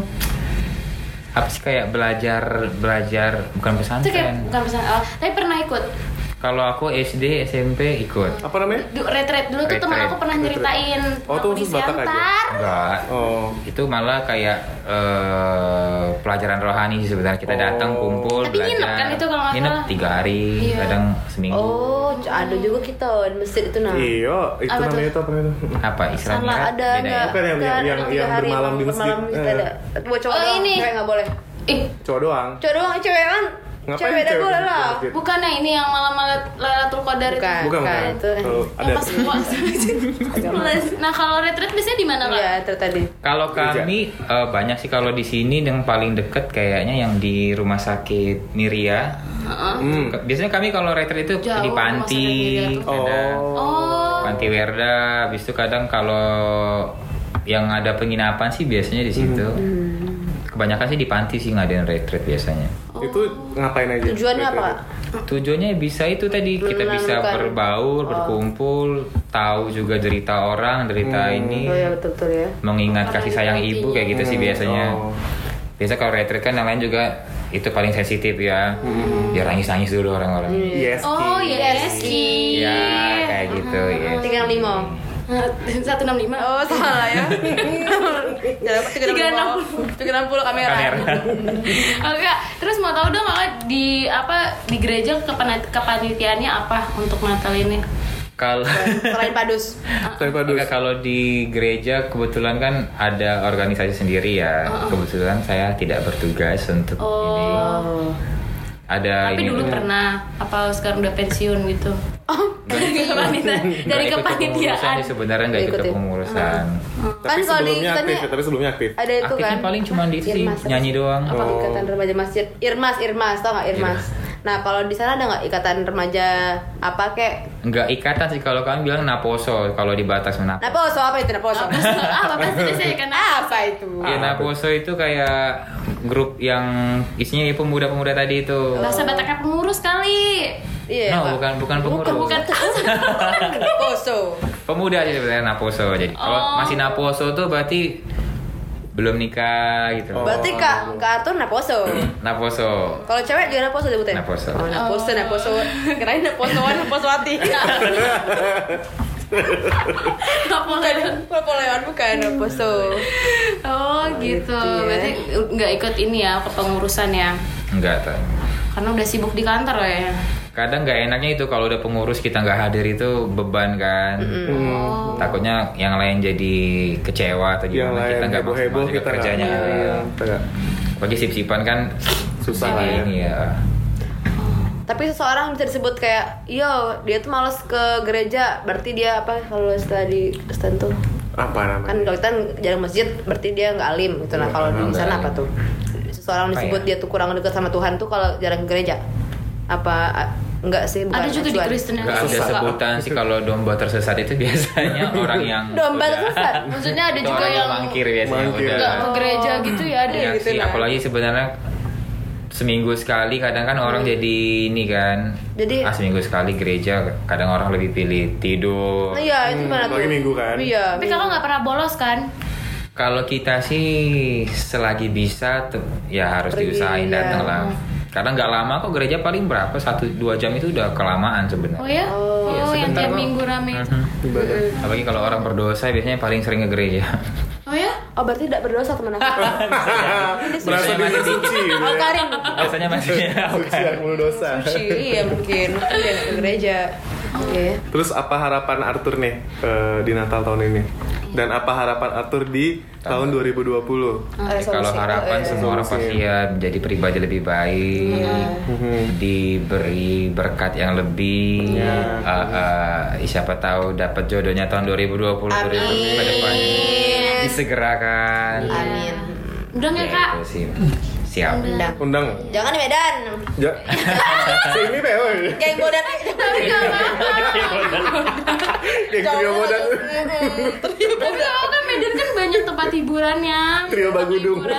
[SPEAKER 5] apa sih kayak belajar belajar bukan
[SPEAKER 3] Itu kayak
[SPEAKER 5] pesantren.
[SPEAKER 3] bukan pesan, oh, tapi pernah ikut.
[SPEAKER 5] Kalau aku S D S M P ikut.
[SPEAKER 2] Apa namanya?
[SPEAKER 3] Du- retret dulu tuh teman
[SPEAKER 5] Retret.
[SPEAKER 3] aku pernah nyeritain.
[SPEAKER 2] Oh, tuh
[SPEAKER 3] waktu di
[SPEAKER 2] khusus Batak aja?
[SPEAKER 3] Siantar.
[SPEAKER 5] Enggak.
[SPEAKER 2] Oh.
[SPEAKER 5] Itu malah kayak eh, pelajaran rohani sih sebenarnya kita
[SPEAKER 2] Oh.
[SPEAKER 5] datang kumpul
[SPEAKER 3] Tapi
[SPEAKER 5] belajar.
[SPEAKER 3] nginep kan itu kalau nggak
[SPEAKER 5] Nginep
[SPEAKER 3] salah?
[SPEAKER 5] tiga hari,
[SPEAKER 3] Iya.
[SPEAKER 5] kadang seminggu.
[SPEAKER 4] Oh, ada juga kita di masjid itu nah.
[SPEAKER 2] Iya, itu
[SPEAKER 3] Apa
[SPEAKER 2] namanya
[SPEAKER 3] tuh?
[SPEAKER 2] itu apa itu?
[SPEAKER 5] Apa Isra
[SPEAKER 4] Salah
[SPEAKER 5] Mi'raj?
[SPEAKER 4] ada
[SPEAKER 5] Beda
[SPEAKER 4] nggak?
[SPEAKER 5] ya?
[SPEAKER 2] Bukan yang-
[SPEAKER 4] Nggak,
[SPEAKER 2] yang-
[SPEAKER 4] tiga
[SPEAKER 2] yang
[SPEAKER 4] hari
[SPEAKER 2] bermalam di masjid.
[SPEAKER 4] bermalam di masjid
[SPEAKER 2] Eh.
[SPEAKER 4] ada. Buat cowok
[SPEAKER 3] Oh,
[SPEAKER 4] doang,
[SPEAKER 3] ini.
[SPEAKER 4] cewek nggak boleh.
[SPEAKER 3] Ih,
[SPEAKER 2] Cowok doang.
[SPEAKER 4] Cowok doang, cewek kan?
[SPEAKER 2] Ngapain
[SPEAKER 4] Cewek dah
[SPEAKER 2] cewek
[SPEAKER 4] boleh
[SPEAKER 2] di
[SPEAKER 4] lah.
[SPEAKER 2] masjid?
[SPEAKER 3] bukannya ini yang malam-malam Lailatul Qadar itu.
[SPEAKER 4] Bukan,
[SPEAKER 2] Bukan,
[SPEAKER 4] bukan,
[SPEAKER 2] bukan.
[SPEAKER 4] itu.
[SPEAKER 2] Kalau
[SPEAKER 3] Yang
[SPEAKER 2] ada
[SPEAKER 3] pas puasa. Nah kalau retret biasanya di mana kak?
[SPEAKER 4] Iya, itu tadi.
[SPEAKER 5] Kalau
[SPEAKER 2] Gereja.
[SPEAKER 5] kami eh, banyak sih kalau di sini yang paling deket kayaknya yang di rumah sakit Miria.
[SPEAKER 2] Hmm.
[SPEAKER 5] Ke- Biasanya kami kalau retret itu
[SPEAKER 3] Jauh
[SPEAKER 5] di
[SPEAKER 3] rumah
[SPEAKER 5] panti,
[SPEAKER 3] sakit Miria tuh.
[SPEAKER 5] ada
[SPEAKER 3] Oh.
[SPEAKER 5] panti Werda. Habis itu kadang kalau yang ada penginapan sih biasanya di situ. kebanyakan sih di panti sih ngadain retreat biasanya.
[SPEAKER 2] Itu ngapain aja?
[SPEAKER 4] Tujuannya apa, Kak?
[SPEAKER 5] Tujuannya bisa itu tadi kita bisa
[SPEAKER 4] Menenangkan.
[SPEAKER 5] berbaur, berkumpul, tahu juga derita orang, derita ini,
[SPEAKER 4] Oh ya betul-betul ya.
[SPEAKER 5] mengingat kasih sayang ibu kayak gitu sih biasanya.
[SPEAKER 2] Oh.
[SPEAKER 5] Biasa kalau retreat kan namanya juga itu paling sensitif ya, biar nangis-nangis dulu orang-orang.
[SPEAKER 2] Yes.
[SPEAKER 3] Oh yes, Ki.
[SPEAKER 5] Ya kayak gitu ya.
[SPEAKER 4] Tiga enam lima.
[SPEAKER 3] seratus enam puluh lima.
[SPEAKER 4] Oh salah ya. Tiga enam puluh. Tiga enam puluh kamera.
[SPEAKER 5] Kamera.
[SPEAKER 3] Oke, Kak. Terus mau tahu dong Kak, di apa di gereja kepanit- kepanitiaannya apa untuk Natal ini?
[SPEAKER 5] Kalau
[SPEAKER 4] Selain padus.
[SPEAKER 2] Saya padus.
[SPEAKER 5] Enggak, kalau di gereja kebetulan kan ada organisasi sendiri ya. Kebetulan saya tidak bertugas untuk ini.
[SPEAKER 4] Oh.
[SPEAKER 5] Ada
[SPEAKER 3] Tapi
[SPEAKER 5] ini
[SPEAKER 3] dulu
[SPEAKER 5] juga.
[SPEAKER 3] pernah apa sekarang udah pensiun gitu?
[SPEAKER 4] Oh,
[SPEAKER 3] Dari kepanitiaan,
[SPEAKER 5] Nggak
[SPEAKER 3] dari
[SPEAKER 5] ikut kepengurusan
[SPEAKER 3] kepanitiaan.
[SPEAKER 5] sih sebenarnya nggak ikut
[SPEAKER 4] Ikut ya?
[SPEAKER 5] kepengurusan.
[SPEAKER 2] Tapi
[SPEAKER 4] Kan kalau di
[SPEAKER 2] sebelumnya
[SPEAKER 4] kita
[SPEAKER 2] aktif,
[SPEAKER 4] nih-
[SPEAKER 2] ya, tapi sebelumnya aktif.
[SPEAKER 4] ada itu
[SPEAKER 5] Aktifnya
[SPEAKER 4] kan.
[SPEAKER 5] paling cuma di itu sih,
[SPEAKER 4] Irmas, apa
[SPEAKER 5] nyanyi
[SPEAKER 4] sih?
[SPEAKER 5] doang.
[SPEAKER 4] Apa
[SPEAKER 2] Oh.
[SPEAKER 4] ikatan remaja masjid? Irmas, Irmas, tau nggak Irmas? Nah kalau di sana ada nggak ikatan remaja apa kek?
[SPEAKER 5] Nggak ikatan sih kalau kami bilang naposo kalau di batas Naposo.
[SPEAKER 4] Naposo apa itu Naposo?
[SPEAKER 3] Ah, apa sih biasanya kan?
[SPEAKER 4] Apa itu?
[SPEAKER 5] Ya naposo itu kayak grup yang isinya ya pemuda-pemuda tadi itu.
[SPEAKER 3] Bahasa Bataknya pengurus kali.
[SPEAKER 4] Iya.
[SPEAKER 5] No,
[SPEAKER 4] Pak.
[SPEAKER 5] bukan bukan pengurus.
[SPEAKER 3] Bukan.
[SPEAKER 4] Naposo.
[SPEAKER 5] Pemuda sih sebenarnya naposo. Jadi kalau
[SPEAKER 3] Oh.
[SPEAKER 5] masih naposo tuh berarti belum nikah gitu.
[SPEAKER 2] Oh.
[SPEAKER 4] Berarti kak kak Arthur Naposo.
[SPEAKER 5] Naposo.
[SPEAKER 4] Kalau cewek juga Naposo sebutin.
[SPEAKER 5] Naposo.
[SPEAKER 4] Oh Naposo, Naposo. Kirain Naposoan, Naposwati.
[SPEAKER 3] Napoleon.
[SPEAKER 4] Napoleon bukan Naposo.
[SPEAKER 3] Oh gitu.
[SPEAKER 4] Gitu ya.
[SPEAKER 3] Berarti nggak ikut ini ya kepengurusan ya?
[SPEAKER 5] Enggak tahu.
[SPEAKER 3] Karena udah sibuk di kantor ya.
[SPEAKER 5] Kadang nggak enaknya itu kalau udah pengurus kita nggak hadir itu beban kan.
[SPEAKER 3] Oh.
[SPEAKER 5] Takutnya yang lain jadi kecewa atau
[SPEAKER 2] Yang
[SPEAKER 5] gimana
[SPEAKER 2] lain
[SPEAKER 5] kita nggak
[SPEAKER 2] heboh-heboh
[SPEAKER 5] maksimal juga
[SPEAKER 2] kita nggak-
[SPEAKER 5] kerjanya.
[SPEAKER 2] Iya. Kita nggak-
[SPEAKER 5] Bagi sip-sipan kan
[SPEAKER 2] Susah lah ya.
[SPEAKER 5] ini ya.
[SPEAKER 4] Tapi seseorang bisa disebut kayak, yo dia tuh males ke gereja, berarti dia apa kalau setelah di Kristen tuh?
[SPEAKER 2] Apa namanya?
[SPEAKER 4] Kan kalau kita jarang masjid, berarti dia nggak alim gitu. Nah kalau di
[SPEAKER 5] nggak
[SPEAKER 4] sana
[SPEAKER 5] alim.
[SPEAKER 4] apa tuh? Seseorang
[SPEAKER 5] Apa
[SPEAKER 4] disebut
[SPEAKER 5] ya?
[SPEAKER 4] dia tuh kurang dekat sama Tuhan tuh kalau jarang ke gereja. Apa a- enggak sih? Bukan
[SPEAKER 3] Ada juga di
[SPEAKER 4] acuan.
[SPEAKER 3] Kristen yang
[SPEAKER 5] Nggak ada
[SPEAKER 3] suka.
[SPEAKER 5] sebutan sih kalau domba tersesat itu biasanya orang yang
[SPEAKER 4] Domba
[SPEAKER 5] udah-
[SPEAKER 4] tersesat.
[SPEAKER 3] Maksudnya ada
[SPEAKER 5] itu
[SPEAKER 3] juga
[SPEAKER 5] orang
[SPEAKER 3] yang
[SPEAKER 5] mangkir biasanya
[SPEAKER 2] Mangkir.
[SPEAKER 5] udah.
[SPEAKER 3] nggak ke gereja gitu ya ada.
[SPEAKER 5] Iya
[SPEAKER 4] gitu
[SPEAKER 5] sih,
[SPEAKER 4] lah.
[SPEAKER 5] apalagi sebenarnya seminggu sekali kadang kan orang jadi ini kan.
[SPEAKER 4] Jadi-
[SPEAKER 5] ah, seminggu sekali gereja, kadang orang lebih pilih tidur.
[SPEAKER 4] Nah, iya itu
[SPEAKER 2] Hmm,
[SPEAKER 4] gimana tuh?
[SPEAKER 2] apalagi minggu kan?
[SPEAKER 4] Iya.
[SPEAKER 3] Tapi kakak nggak pernah bolos kan?
[SPEAKER 5] Kalau kita sih selagi bisa tuh ya harus
[SPEAKER 4] Pergi,
[SPEAKER 5] diusahain
[SPEAKER 4] ya.
[SPEAKER 5] datang lah. Karena nggak lama kok gereja paling berapa satu dua jam itu udah kelamaan sebenarnya.
[SPEAKER 3] Oh ya?
[SPEAKER 4] Oh,
[SPEAKER 3] Oh,
[SPEAKER 5] iya,
[SPEAKER 3] yang
[SPEAKER 5] sebentar
[SPEAKER 3] tiap
[SPEAKER 5] kok.
[SPEAKER 3] minggu rame itu.
[SPEAKER 5] Mhm.
[SPEAKER 2] Ibadah.
[SPEAKER 5] Apalagi kalau orang berdosa biasanya paling sering ke gereja.
[SPEAKER 3] Oh ya?
[SPEAKER 4] Oh berarti tidak berdosa teman aku.
[SPEAKER 2] Merasa diri suci gitu
[SPEAKER 4] Oh
[SPEAKER 2] ya.
[SPEAKER 4] Karin.
[SPEAKER 5] Biasanya masih
[SPEAKER 2] Suci yang mulu dosa.
[SPEAKER 4] Suci, iya mungkin. Mungkin dia nggak ke gereja. Oke.
[SPEAKER 2] Terus apa harapan Arthur nih eh, di Natal tahun ini? Dan apa harapan Arthur di tahun dua ribu dua puluh?
[SPEAKER 4] Resolusi.
[SPEAKER 5] Kalau harapan
[SPEAKER 4] Eh,
[SPEAKER 5] semua orang
[SPEAKER 2] resolusi.
[SPEAKER 5] pasti ya menjadi pribadi lebih baik,
[SPEAKER 2] Mhm.
[SPEAKER 5] diberi berkat yang lebih,
[SPEAKER 2] Ya.
[SPEAKER 5] eh, eh, siapa tahu dapat jodohnya tahun dua ribu dua puluh
[SPEAKER 4] Amin.
[SPEAKER 5] ke depannya disegerakan.
[SPEAKER 4] Amin.
[SPEAKER 3] Udah nggak kak?
[SPEAKER 5] Itu sih. Siap.
[SPEAKER 4] Undang.
[SPEAKER 2] Undang.
[SPEAKER 4] Jangan di Medan.
[SPEAKER 2] Ja. Si ini teh, woi.
[SPEAKER 4] Geng bodak.
[SPEAKER 2] Geng trio bodak.
[SPEAKER 3] Tapi aku kan Medan kan banyak tempat hiburannya.
[SPEAKER 2] Trio
[SPEAKER 3] Tempat
[SPEAKER 2] Bagudung.
[SPEAKER 3] hiburan.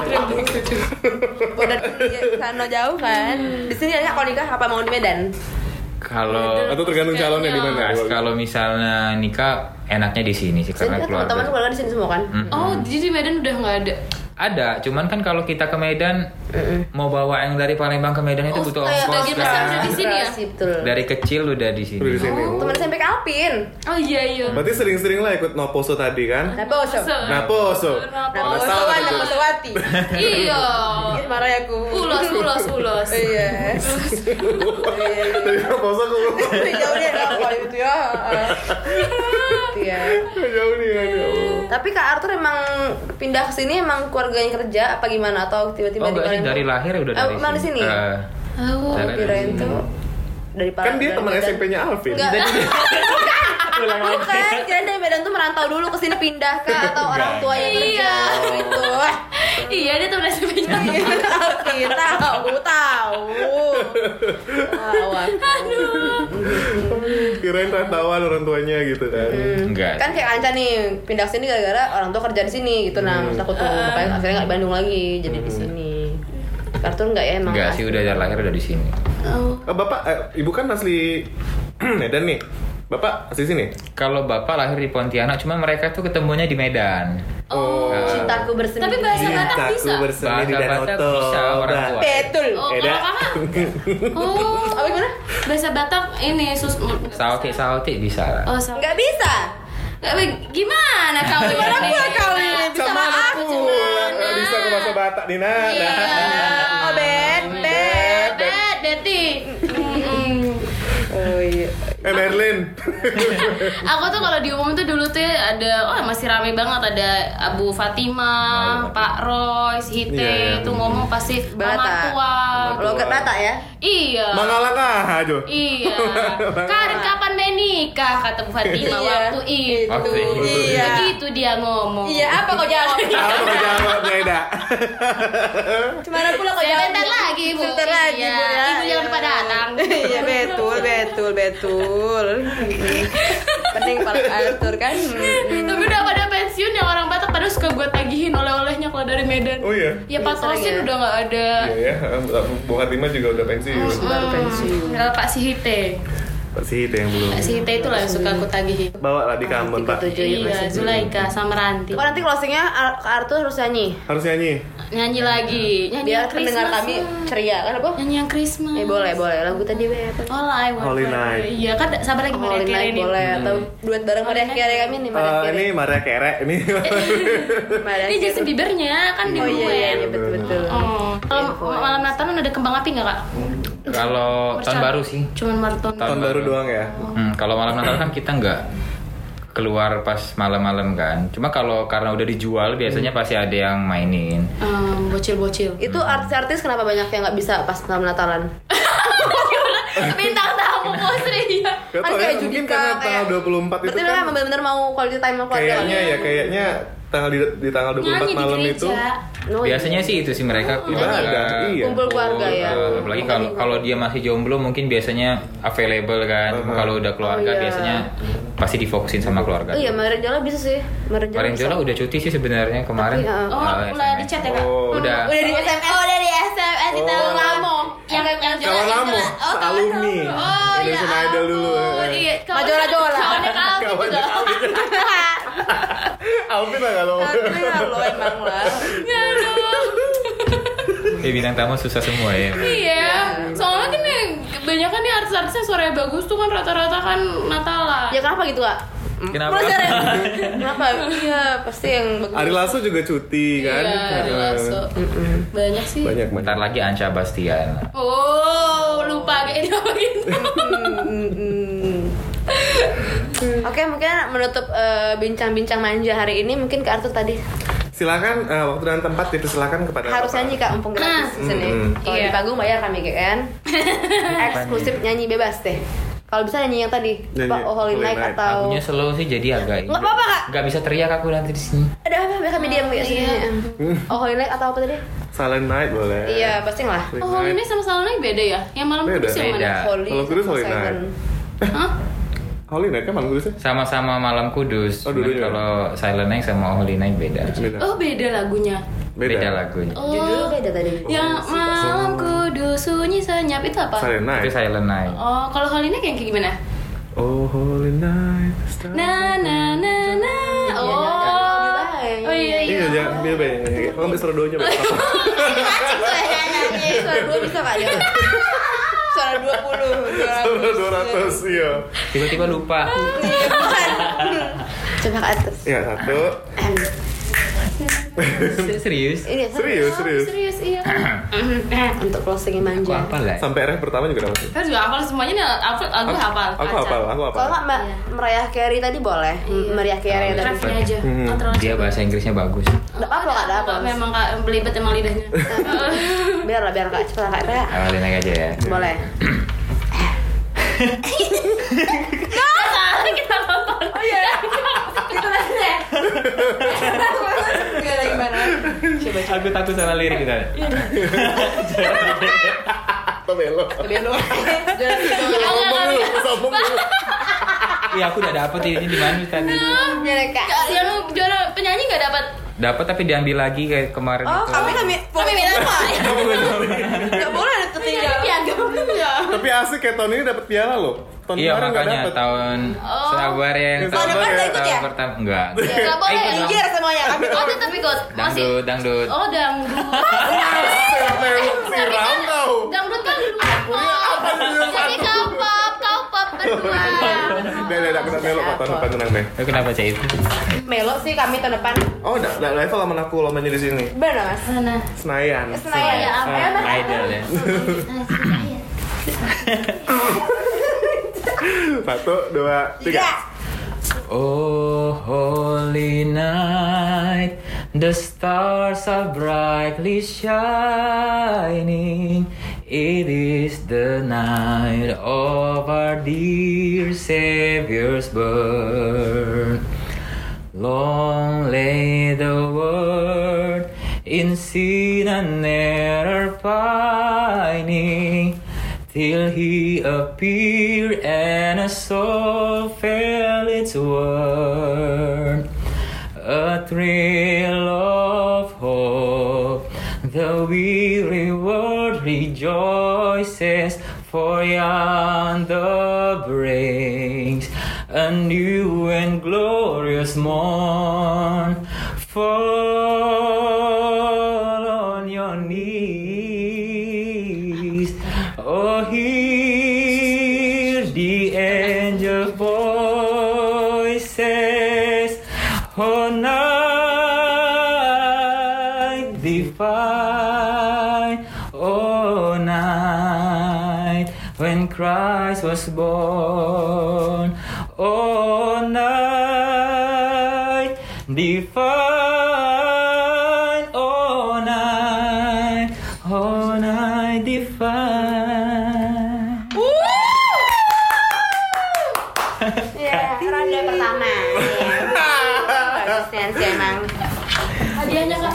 [SPEAKER 4] Bodak di sana jauh kan. Di sini aja kalau nikah apa mau di Medan?
[SPEAKER 5] Kalau
[SPEAKER 2] Atau tergantung calonnya di mana?
[SPEAKER 5] Nah, kalau misalnya nikah enaknya di sini sih
[SPEAKER 4] Sini
[SPEAKER 5] karena
[SPEAKER 4] kan teman-teman
[SPEAKER 5] keluarga.
[SPEAKER 4] keluarga di sini semua kan.
[SPEAKER 5] Mm-mm.
[SPEAKER 3] Oh, jadi Medan udah nggak ada.
[SPEAKER 5] Ada, cuman kan kalau kita ke Medan mau bawa yang dari Palembang ke Medan itu
[SPEAKER 3] Oh,
[SPEAKER 5] butuh
[SPEAKER 3] kayak
[SPEAKER 5] ongkos
[SPEAKER 3] bagian besar
[SPEAKER 5] kan.
[SPEAKER 3] udah di sini ya?
[SPEAKER 4] Sih, betul.
[SPEAKER 5] Dari kecil udah di sini.
[SPEAKER 2] Udah di sini.
[SPEAKER 4] Teman S M P Alpin.
[SPEAKER 3] Oh iya iya.
[SPEAKER 2] Berarti sering-sering lah ikut Noposo tadi kan?
[SPEAKER 4] Naposo.
[SPEAKER 2] Naposo.
[SPEAKER 3] Naposo.
[SPEAKER 2] Salah
[SPEAKER 4] Naposoan,
[SPEAKER 2] itu.
[SPEAKER 4] Naposowati.
[SPEAKER 3] Iya.
[SPEAKER 4] Ih, marah ya aku.
[SPEAKER 3] Ulos ulos ulos.
[SPEAKER 4] Iya.
[SPEAKER 2] Dari Noposo ke
[SPEAKER 4] Jauh dia apa itu ya. Iya.
[SPEAKER 2] jauh nih kan. ya Allah.
[SPEAKER 4] Tapi Kak Arthur emang pindah ke sini emang keluarganya kerja apa gimana atau tiba-tiba
[SPEAKER 5] Oh enggak sih,
[SPEAKER 4] Palembang?
[SPEAKER 5] dari lahir udah
[SPEAKER 4] Oh,
[SPEAKER 5] dari
[SPEAKER 4] emang di sini?
[SPEAKER 5] Eh,
[SPEAKER 3] Oh.
[SPEAKER 5] dari-
[SPEAKER 4] Kirain tuh dari
[SPEAKER 2] Kan dia teman S M P-nya Alvin.
[SPEAKER 4] Enggak. Bukan, kirain dari Medan tuh merantau dulu ke sini pindah kah atau orang tua yang kerja
[SPEAKER 3] Iya.
[SPEAKER 4] gitu.
[SPEAKER 3] Iya dia temen S M P-nya.
[SPEAKER 4] Alvin tahu tahu. Tahu aku.
[SPEAKER 2] Kira Kirain rantauan orang tuanya gitu kan.
[SPEAKER 5] Enggak.
[SPEAKER 4] Kan kayak Anca nih pindah ke sini gara-gara orang tua kerja di sini gitu. Nah, maksud aku tuh makanya akhirnya nggak di Bandung lagi, jadi di sini. Kartun nggak ya emang?
[SPEAKER 5] Enggak sih, udah dari lahir udah di sini.
[SPEAKER 3] Oh.
[SPEAKER 2] Oh, Bapak, eh, Ibu kan asli Medan nih. Bapak asli sini?
[SPEAKER 5] Kalau bapak lahir di Pontianak, cuma mereka tuh ketemunya di Medan.
[SPEAKER 3] Oh.
[SPEAKER 4] Cintaku bersemi.
[SPEAKER 3] Tapi bahasa Batak
[SPEAKER 2] Cintaku
[SPEAKER 3] bisa.
[SPEAKER 2] bersemi di
[SPEAKER 5] Bahasa
[SPEAKER 2] Danau
[SPEAKER 5] Batak bisa orang
[SPEAKER 2] Toba.
[SPEAKER 5] tua.
[SPEAKER 4] Betul.
[SPEAKER 3] Oh,
[SPEAKER 2] Eda.
[SPEAKER 3] kalau kakak? Oh.
[SPEAKER 4] Apa gimana?
[SPEAKER 3] Bahasa Batak ini sus.
[SPEAKER 5] Sautik sautik bisa lah.
[SPEAKER 3] Oh, sama.
[SPEAKER 4] Nggak bisa.
[SPEAKER 3] Nggak, gimana kau
[SPEAKER 4] Gimana
[SPEAKER 3] ini?
[SPEAKER 4] pula kau ini? Bisa
[SPEAKER 2] Sama
[SPEAKER 4] maaf
[SPEAKER 2] aku
[SPEAKER 4] cuman.
[SPEAKER 2] nggak bisa ke bahasa Batak Dina.
[SPEAKER 3] Iya.
[SPEAKER 4] Oh, bet, bet.
[SPEAKER 3] Bet, Beti. Mm-mm.
[SPEAKER 4] Oh iya.
[SPEAKER 2] Eh Merlin.
[SPEAKER 3] Aku tuh kalau di umum tuh dulu tuh ada, oh masih rame banget, ada Abu Fatima, Pak Roy, si Hite
[SPEAKER 2] Iya.
[SPEAKER 3] itu ngomong pasti
[SPEAKER 4] Batak.
[SPEAKER 3] Mama tua.
[SPEAKER 4] Logat Batak ya?
[SPEAKER 3] Iya.
[SPEAKER 2] Mangalangah aja.
[SPEAKER 3] Iya. Karin kapan menikah kata Bu Fatima
[SPEAKER 4] Iya.
[SPEAKER 3] waktu itu.
[SPEAKER 5] Waktu itu.
[SPEAKER 4] Iya.
[SPEAKER 3] Begitu dia ngomong.
[SPEAKER 4] Iya, apa kau jawab?
[SPEAKER 2] Apa kau jawabnya Eda?
[SPEAKER 4] Cuma pula kau jawab.
[SPEAKER 3] Sebentar lagi Bu.
[SPEAKER 4] Sebentar lagi
[SPEAKER 3] Iya.
[SPEAKER 4] Bu ya.
[SPEAKER 3] Ibu jangan lupa datang.
[SPEAKER 4] Iya betul, betul, betul. Pening Pak Arthur kan.
[SPEAKER 3] Tapi udah pada pensiun yang orang Batak pada suka gue tagihin oleh-olehnya kalau dari Medan.
[SPEAKER 2] Oh iya?
[SPEAKER 3] Ya Pak
[SPEAKER 4] Sering
[SPEAKER 3] Tosin
[SPEAKER 4] ya?
[SPEAKER 3] udah nggak ada.
[SPEAKER 2] Iya ya, Bu Fatima juga udah pensiun.
[SPEAKER 4] Baru pensiun.
[SPEAKER 3] Tinggal Pak Sihite.
[SPEAKER 2] Pak Sihite yang belum.
[SPEAKER 3] Pak Sihite itu lah yang suka aku tagihin.
[SPEAKER 2] Bawa lah di Kambon Pak.
[SPEAKER 4] tiga puluh tujuh ya
[SPEAKER 3] Iya,
[SPEAKER 4] masih.
[SPEAKER 3] Zulaika sama Ranti.
[SPEAKER 4] Oh nanti closingnya Ar- Kak Arthur harus nyanyi.
[SPEAKER 2] Harus nyanyi.
[SPEAKER 3] Nyanyi lagi. Nyanyi
[SPEAKER 4] Biar
[SPEAKER 3] yang
[SPEAKER 4] pendengar
[SPEAKER 3] Christmas.
[SPEAKER 4] kami ceria kan apa?
[SPEAKER 3] Nyanyi yang Christmas.
[SPEAKER 4] Eh boleh, boleh. Lagu tadi apa?
[SPEAKER 3] All I want
[SPEAKER 2] Holy
[SPEAKER 3] for-
[SPEAKER 2] Night.
[SPEAKER 3] Iya kan sabar lagi Maria
[SPEAKER 4] Holy
[SPEAKER 3] Carey
[SPEAKER 4] Night
[SPEAKER 3] ini.
[SPEAKER 4] boleh atau duet bareng Maria
[SPEAKER 3] Holy
[SPEAKER 4] Carey
[SPEAKER 3] Night.
[SPEAKER 4] kami nih Maria
[SPEAKER 2] Eh,
[SPEAKER 4] Carey.
[SPEAKER 2] ini Maria Carey ini.
[SPEAKER 4] Maria
[SPEAKER 3] Ini
[SPEAKER 4] Carey.
[SPEAKER 3] Justin Biebernya kan di
[SPEAKER 4] Oh iya iya, iya
[SPEAKER 3] duet.
[SPEAKER 4] betul betul.
[SPEAKER 3] Oh. Kalau malam Natalan ada kembang api nggak kak?
[SPEAKER 5] Kalau tahun
[SPEAKER 3] Mercon.
[SPEAKER 5] baru sih.
[SPEAKER 3] Cuman maraton.
[SPEAKER 2] Tahun baru doang ya.
[SPEAKER 5] Hmm, kalau malam Natal kan kita nggak keluar pas malam-malam kan. Cuma kalau karena udah dijual biasanya pasti ada yang mainin.
[SPEAKER 3] Um, bocil-bocil.
[SPEAKER 4] Itu artis-artis kenapa banyak yang nggak bisa pas malam Natalan?
[SPEAKER 3] Bintang tamu Posri ya.
[SPEAKER 2] Gak
[SPEAKER 4] Kan
[SPEAKER 2] tau
[SPEAKER 4] kayak
[SPEAKER 2] ya, mungkin
[SPEAKER 4] Judika,
[SPEAKER 2] karena
[SPEAKER 4] kayak-
[SPEAKER 2] tanggal dua puluh empat itu
[SPEAKER 4] Berarti
[SPEAKER 2] kan
[SPEAKER 4] memang benar-benar mau quality time sama keluarga.
[SPEAKER 2] kayaknya ya kayaknya tanggal di, di tanggal dua puluh empat
[SPEAKER 3] Nyanyi di
[SPEAKER 2] malam
[SPEAKER 3] gereja.
[SPEAKER 2] itu
[SPEAKER 4] Oh,
[SPEAKER 5] Biasanya sih itu sih mereka keluarga.
[SPEAKER 2] Ibadah, iya.
[SPEAKER 4] Kumpul keluarga ya.
[SPEAKER 5] Eh, apalagi kalau kalau dia masih jomblo mungkin biasanya available kan.
[SPEAKER 2] Uh-huh.
[SPEAKER 5] Kalau udah keluarga
[SPEAKER 4] Oh, iya.
[SPEAKER 5] biasanya pasti difokusin sama keluarga.
[SPEAKER 4] Oh iya, Marenjola bisa sih. Marenjola.
[SPEAKER 5] Kemarin Jola udah cuti sih sebenarnya kemarin.
[SPEAKER 4] Tapi, uh,
[SPEAKER 3] Oh,
[SPEAKER 5] Eh,
[SPEAKER 3] udah
[SPEAKER 5] S M S.
[SPEAKER 3] di chat ya kak?
[SPEAKER 2] Oh.
[SPEAKER 5] Udah.
[SPEAKER 4] Udah di S M S. Oh, udah di S M S kita
[SPEAKER 2] Oh.
[SPEAKER 4] ngomong.
[SPEAKER 3] Yang yang
[SPEAKER 2] kawan lama,
[SPEAKER 3] Oh, kawan
[SPEAKER 2] alumni,
[SPEAKER 3] lama. Oh, ya
[SPEAKER 2] Indonesian Idol dulu.
[SPEAKER 3] ampun.
[SPEAKER 2] eh.
[SPEAKER 3] Iya, kawan-
[SPEAKER 4] Majola-jola.
[SPEAKER 3] Kawannya Kalvin
[SPEAKER 2] Kawannya
[SPEAKER 3] juga.
[SPEAKER 2] Alvin lah kalau.
[SPEAKER 4] Tapi ya lo emang lah.
[SPEAKER 3] Aduh.
[SPEAKER 5] Eh bintang tamu susah semua ya.
[SPEAKER 3] Iya, soalnya kan nih kebanyakan nih artis-artisnya suaranya bagus tuh kan rata-rata kan Natalan.
[SPEAKER 4] Ya kenapa gitu kak?
[SPEAKER 5] Kenapa?
[SPEAKER 4] Penasaran. Kenapa? Iya pasti yang bagus.
[SPEAKER 2] Ari Lasso juga cuti kan.
[SPEAKER 3] Iya, Ari Lasso. Banyak sih.
[SPEAKER 2] Banyak banyak.
[SPEAKER 5] Bentar lagi Anca Bastian.
[SPEAKER 3] Oh, lupa kayak ini apa gitu.
[SPEAKER 4] Oke mungkin menutup eh, bincang-bincang manja hari ini mungkin ke Arthur tadi
[SPEAKER 2] Silakan eh, waktu dan tempat dipersilakan kepada
[SPEAKER 4] harus
[SPEAKER 2] Bapak.
[SPEAKER 4] nyanyi kak mumpung gratis di sini.
[SPEAKER 2] Mm-mm.
[SPEAKER 4] Kalau
[SPEAKER 3] Iya.
[SPEAKER 4] di panggung bayar kami kayak kan. Eksklusif nyanyi bebas deh. Kalau bisa nyanyi yang tadi
[SPEAKER 2] Nyanyi
[SPEAKER 4] apa Oh Holy
[SPEAKER 2] Holy
[SPEAKER 4] Night
[SPEAKER 2] Night.
[SPEAKER 4] atau
[SPEAKER 5] Lagunya slow sih jadi agak.
[SPEAKER 4] nggak apa-apa kak.
[SPEAKER 5] Nggak bisa teriak aku nanti di sini.
[SPEAKER 4] Ada apa? Biar kami diam kayak sini. Oh Holy Night atau apa tadi?
[SPEAKER 2] Silent Night boleh.
[SPEAKER 4] Iya pasti lah.
[SPEAKER 2] Silent
[SPEAKER 3] Oh,
[SPEAKER 2] Night.
[SPEAKER 3] ini sama Salonnya beda ya? Yang malam
[SPEAKER 2] Beda.
[SPEAKER 3] kudus yang mana?
[SPEAKER 5] Beda.
[SPEAKER 4] Holy.
[SPEAKER 2] Kalau kudus
[SPEAKER 4] sama
[SPEAKER 2] Holy
[SPEAKER 4] Silent.
[SPEAKER 2] Night.
[SPEAKER 3] Hah?
[SPEAKER 2] Holy Night kan malam kudusnya?
[SPEAKER 5] Sama-sama malam kudus.
[SPEAKER 2] Oh,
[SPEAKER 5] Cuman
[SPEAKER 2] dua-duanya.
[SPEAKER 5] kalau Silent Night sama Holy Night beda.
[SPEAKER 2] Beda.
[SPEAKER 3] Oh, beda lagunya.
[SPEAKER 5] Beda, lagunya.
[SPEAKER 3] Oh.
[SPEAKER 4] Judulnya beda tadi.
[SPEAKER 3] Yang malam kudus sunyi senyap itu apa?
[SPEAKER 2] Silent Night.
[SPEAKER 5] Itu Silent Night.
[SPEAKER 3] Oh, kalau Holy Night yang kayak gimana?
[SPEAKER 2] Oh Holy Night. star-
[SPEAKER 3] Na na na na. Oh. Oh iya iya.
[SPEAKER 2] Iya, jangan biar banyak. Kalau bisa doanya Pak.
[SPEAKER 4] Suara dua bisa kak dia. Suara dua puluh.
[SPEAKER 2] dua ratus iya.
[SPEAKER 5] Tiba-tiba lupa.
[SPEAKER 4] Coba kak Arthur.
[SPEAKER 2] Ya, satu.
[SPEAKER 5] Serius?
[SPEAKER 4] Ini
[SPEAKER 2] Serius, serius.
[SPEAKER 3] Serius iya.
[SPEAKER 4] untuk closing
[SPEAKER 5] Aku
[SPEAKER 4] manja.
[SPEAKER 5] apa lah?
[SPEAKER 2] Sampai ref pertama juga dapat.
[SPEAKER 3] Kan juga hafal semuanya nih, aku aku hafal.
[SPEAKER 2] Aku
[SPEAKER 3] Acak.
[SPEAKER 2] hafal, aku hafal.
[SPEAKER 4] Kalau nggak Mbak Mariah Carey tadi boleh. Mariah Carey tadi.
[SPEAKER 3] Refnya aja.
[SPEAKER 2] Hmm.
[SPEAKER 3] Kontrol
[SPEAKER 5] Dia bahasa Inggrisnya bagus.
[SPEAKER 4] Nggak apa kak, nggak apa.
[SPEAKER 3] Memang kak belibet emang lidahnya.
[SPEAKER 4] Biar lah, biar kak cepat kak Rea.
[SPEAKER 5] Awalin aja ya.
[SPEAKER 4] Boleh.
[SPEAKER 3] Salah kita nonton. Oh iya.
[SPEAKER 4] Itu aja. Gak gimana? Coba
[SPEAKER 5] Aku takut salah lirik kita.
[SPEAKER 2] Atau belok.
[SPEAKER 4] coba dulu.
[SPEAKER 2] Sombong dulu, sombong dulu.
[SPEAKER 5] Iya, aku udah dapet ini di mana tadi.
[SPEAKER 4] Mereka.
[SPEAKER 3] Yang juara penyanyi nggak dapat.
[SPEAKER 5] Dapat tapi diambil lagi kayak kemarin
[SPEAKER 4] Oh,
[SPEAKER 5] itu.
[SPEAKER 4] kami kami kami minta apa? Enggak boleh ada ketinggalan.
[SPEAKER 3] Piagam.
[SPEAKER 2] Tapi asik kayak tahun ini dapat piala loh. Tahun
[SPEAKER 5] Iya
[SPEAKER 2] kemarin nggak
[SPEAKER 5] makanya
[SPEAKER 2] dapet.
[SPEAKER 5] tahun
[SPEAKER 3] Oh.
[SPEAKER 5] sabar yang
[SPEAKER 2] Tahun depan
[SPEAKER 4] nggak ikut
[SPEAKER 5] tahun
[SPEAKER 4] ya?
[SPEAKER 5] pertama enggak.
[SPEAKER 3] Nggak boleh.
[SPEAKER 5] Eh, ikut dong.
[SPEAKER 4] Anjir semuanya kami.
[SPEAKER 3] Oh tetap ikut. Masih.
[SPEAKER 5] Dangdut, dangdut.
[SPEAKER 3] Oh dangdut.
[SPEAKER 2] Siram kau.
[SPEAKER 3] Dangdut kan di luar. Jadi kau pop, kau pop berdua.
[SPEAKER 2] Udah, udah, udah, kita melo kok tahun depan tenang deh.
[SPEAKER 5] Itu kenapa Cik?
[SPEAKER 4] Melo sih kami tahun depan.
[SPEAKER 2] Oh, udah, udah level sama aku lomanya di sini.
[SPEAKER 4] Benar Mas.
[SPEAKER 3] Mana?
[SPEAKER 2] Senayan.
[SPEAKER 4] Senayan.
[SPEAKER 3] Ya, apa ya, Mas?
[SPEAKER 5] Idol ya.
[SPEAKER 2] Satu, dua, tiga.
[SPEAKER 4] Tiga.
[SPEAKER 5] Oh holy night, the stars are brightly shining. It is the night of our dear Savior's birth. Long lay the world in sin and error pining, till he appeared and a soul felt its worth. A thrill of hope, the weary world rejoices, for yonder breaks a new and glorious morn. Fall on your knees, oh hear the angel voices, oh night divine, oh night when Christ was born, oh night divine, oh night, oh night divine.
[SPEAKER 4] Ya, ronde pertama. Bagus Nancy emang.
[SPEAKER 3] Hadiahnya kak.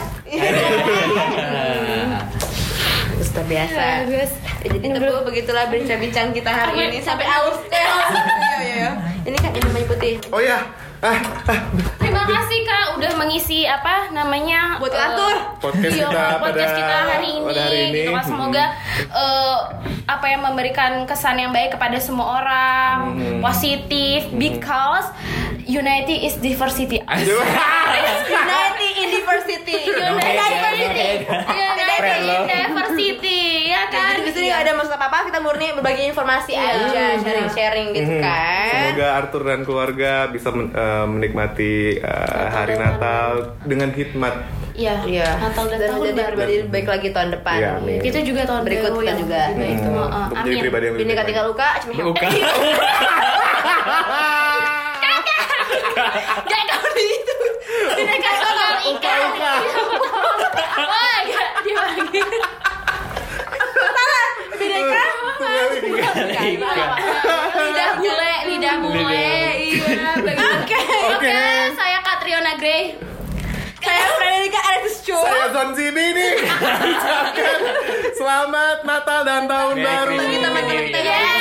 [SPEAKER 4] Bagus luar biasa.
[SPEAKER 3] Bagus.
[SPEAKER 4] Ya, jadi itu Bu, begitulah bincang-bincang kita hari ini sampai aus. Eh, aus. Iya, iya, iya. Ini kan ini namanya putih.
[SPEAKER 2] Oh ya. Ah, ah.
[SPEAKER 3] Terima kasih kak udah mengisi apa namanya
[SPEAKER 4] Buat
[SPEAKER 3] eh,
[SPEAKER 4] ngatur.
[SPEAKER 2] Podcast
[SPEAKER 3] iya,
[SPEAKER 2] kita
[SPEAKER 3] podcast
[SPEAKER 2] pada-
[SPEAKER 3] kita hari ini,
[SPEAKER 2] pada hari ini.
[SPEAKER 3] gitu kan. Semoga eh, apa yang memberikan kesan yang baik kepada semua orang,
[SPEAKER 2] Hmm.
[SPEAKER 3] positif, because unity is diversity.
[SPEAKER 4] Unity in diversity.
[SPEAKER 3] Unity
[SPEAKER 4] Diversity.
[SPEAKER 5] Keren
[SPEAKER 3] in
[SPEAKER 5] loh.
[SPEAKER 3] diversity, ya kan?
[SPEAKER 4] Jadi di sini nggak ada maksud apa-apa, kita murni berbagi informasi aja, sharing-sharing gitu kan.
[SPEAKER 2] Semoga Arthur dan keluarga bisa men- eh, menikmati eh, hari Natal dengan hikmat.
[SPEAKER 3] Iya.
[SPEAKER 4] Iya.
[SPEAKER 3] Natal dan,
[SPEAKER 4] Dan
[SPEAKER 3] tahun
[SPEAKER 4] menjadi
[SPEAKER 3] baru.
[SPEAKER 4] pribadi baik lagi tahun depan.
[SPEAKER 2] Iya, amin.
[SPEAKER 3] Itu juga tahun
[SPEAKER 4] Berikut
[SPEAKER 3] baru
[SPEAKER 4] kita
[SPEAKER 3] yang
[SPEAKER 4] juga.
[SPEAKER 3] juga itu.
[SPEAKER 2] Hmm,
[SPEAKER 3] eh,
[SPEAKER 2] untuk jadi
[SPEAKER 3] amin.
[SPEAKER 2] pribadi yang lebih
[SPEAKER 4] Bineka
[SPEAKER 2] baik.
[SPEAKER 4] Tunggal Ika cuma
[SPEAKER 5] Bukan.
[SPEAKER 3] Gak kau di itu. Bineka Tunggal Ika. Wah, gak dia lagi.
[SPEAKER 4] Bineka.
[SPEAKER 3] Lidah bule, lidah bule. Iya, begitu.
[SPEAKER 4] Oke.
[SPEAKER 3] Oke, saya Katriona Gray.
[SPEAKER 4] Saya Frederica Alexis Chu.
[SPEAKER 2] Saya Zon Zini nih. Ucapkan selamat Natal dan Tahun
[SPEAKER 5] Merry
[SPEAKER 2] Baru.
[SPEAKER 5] Christmas.
[SPEAKER 4] Teman-teman kita
[SPEAKER 3] Yes.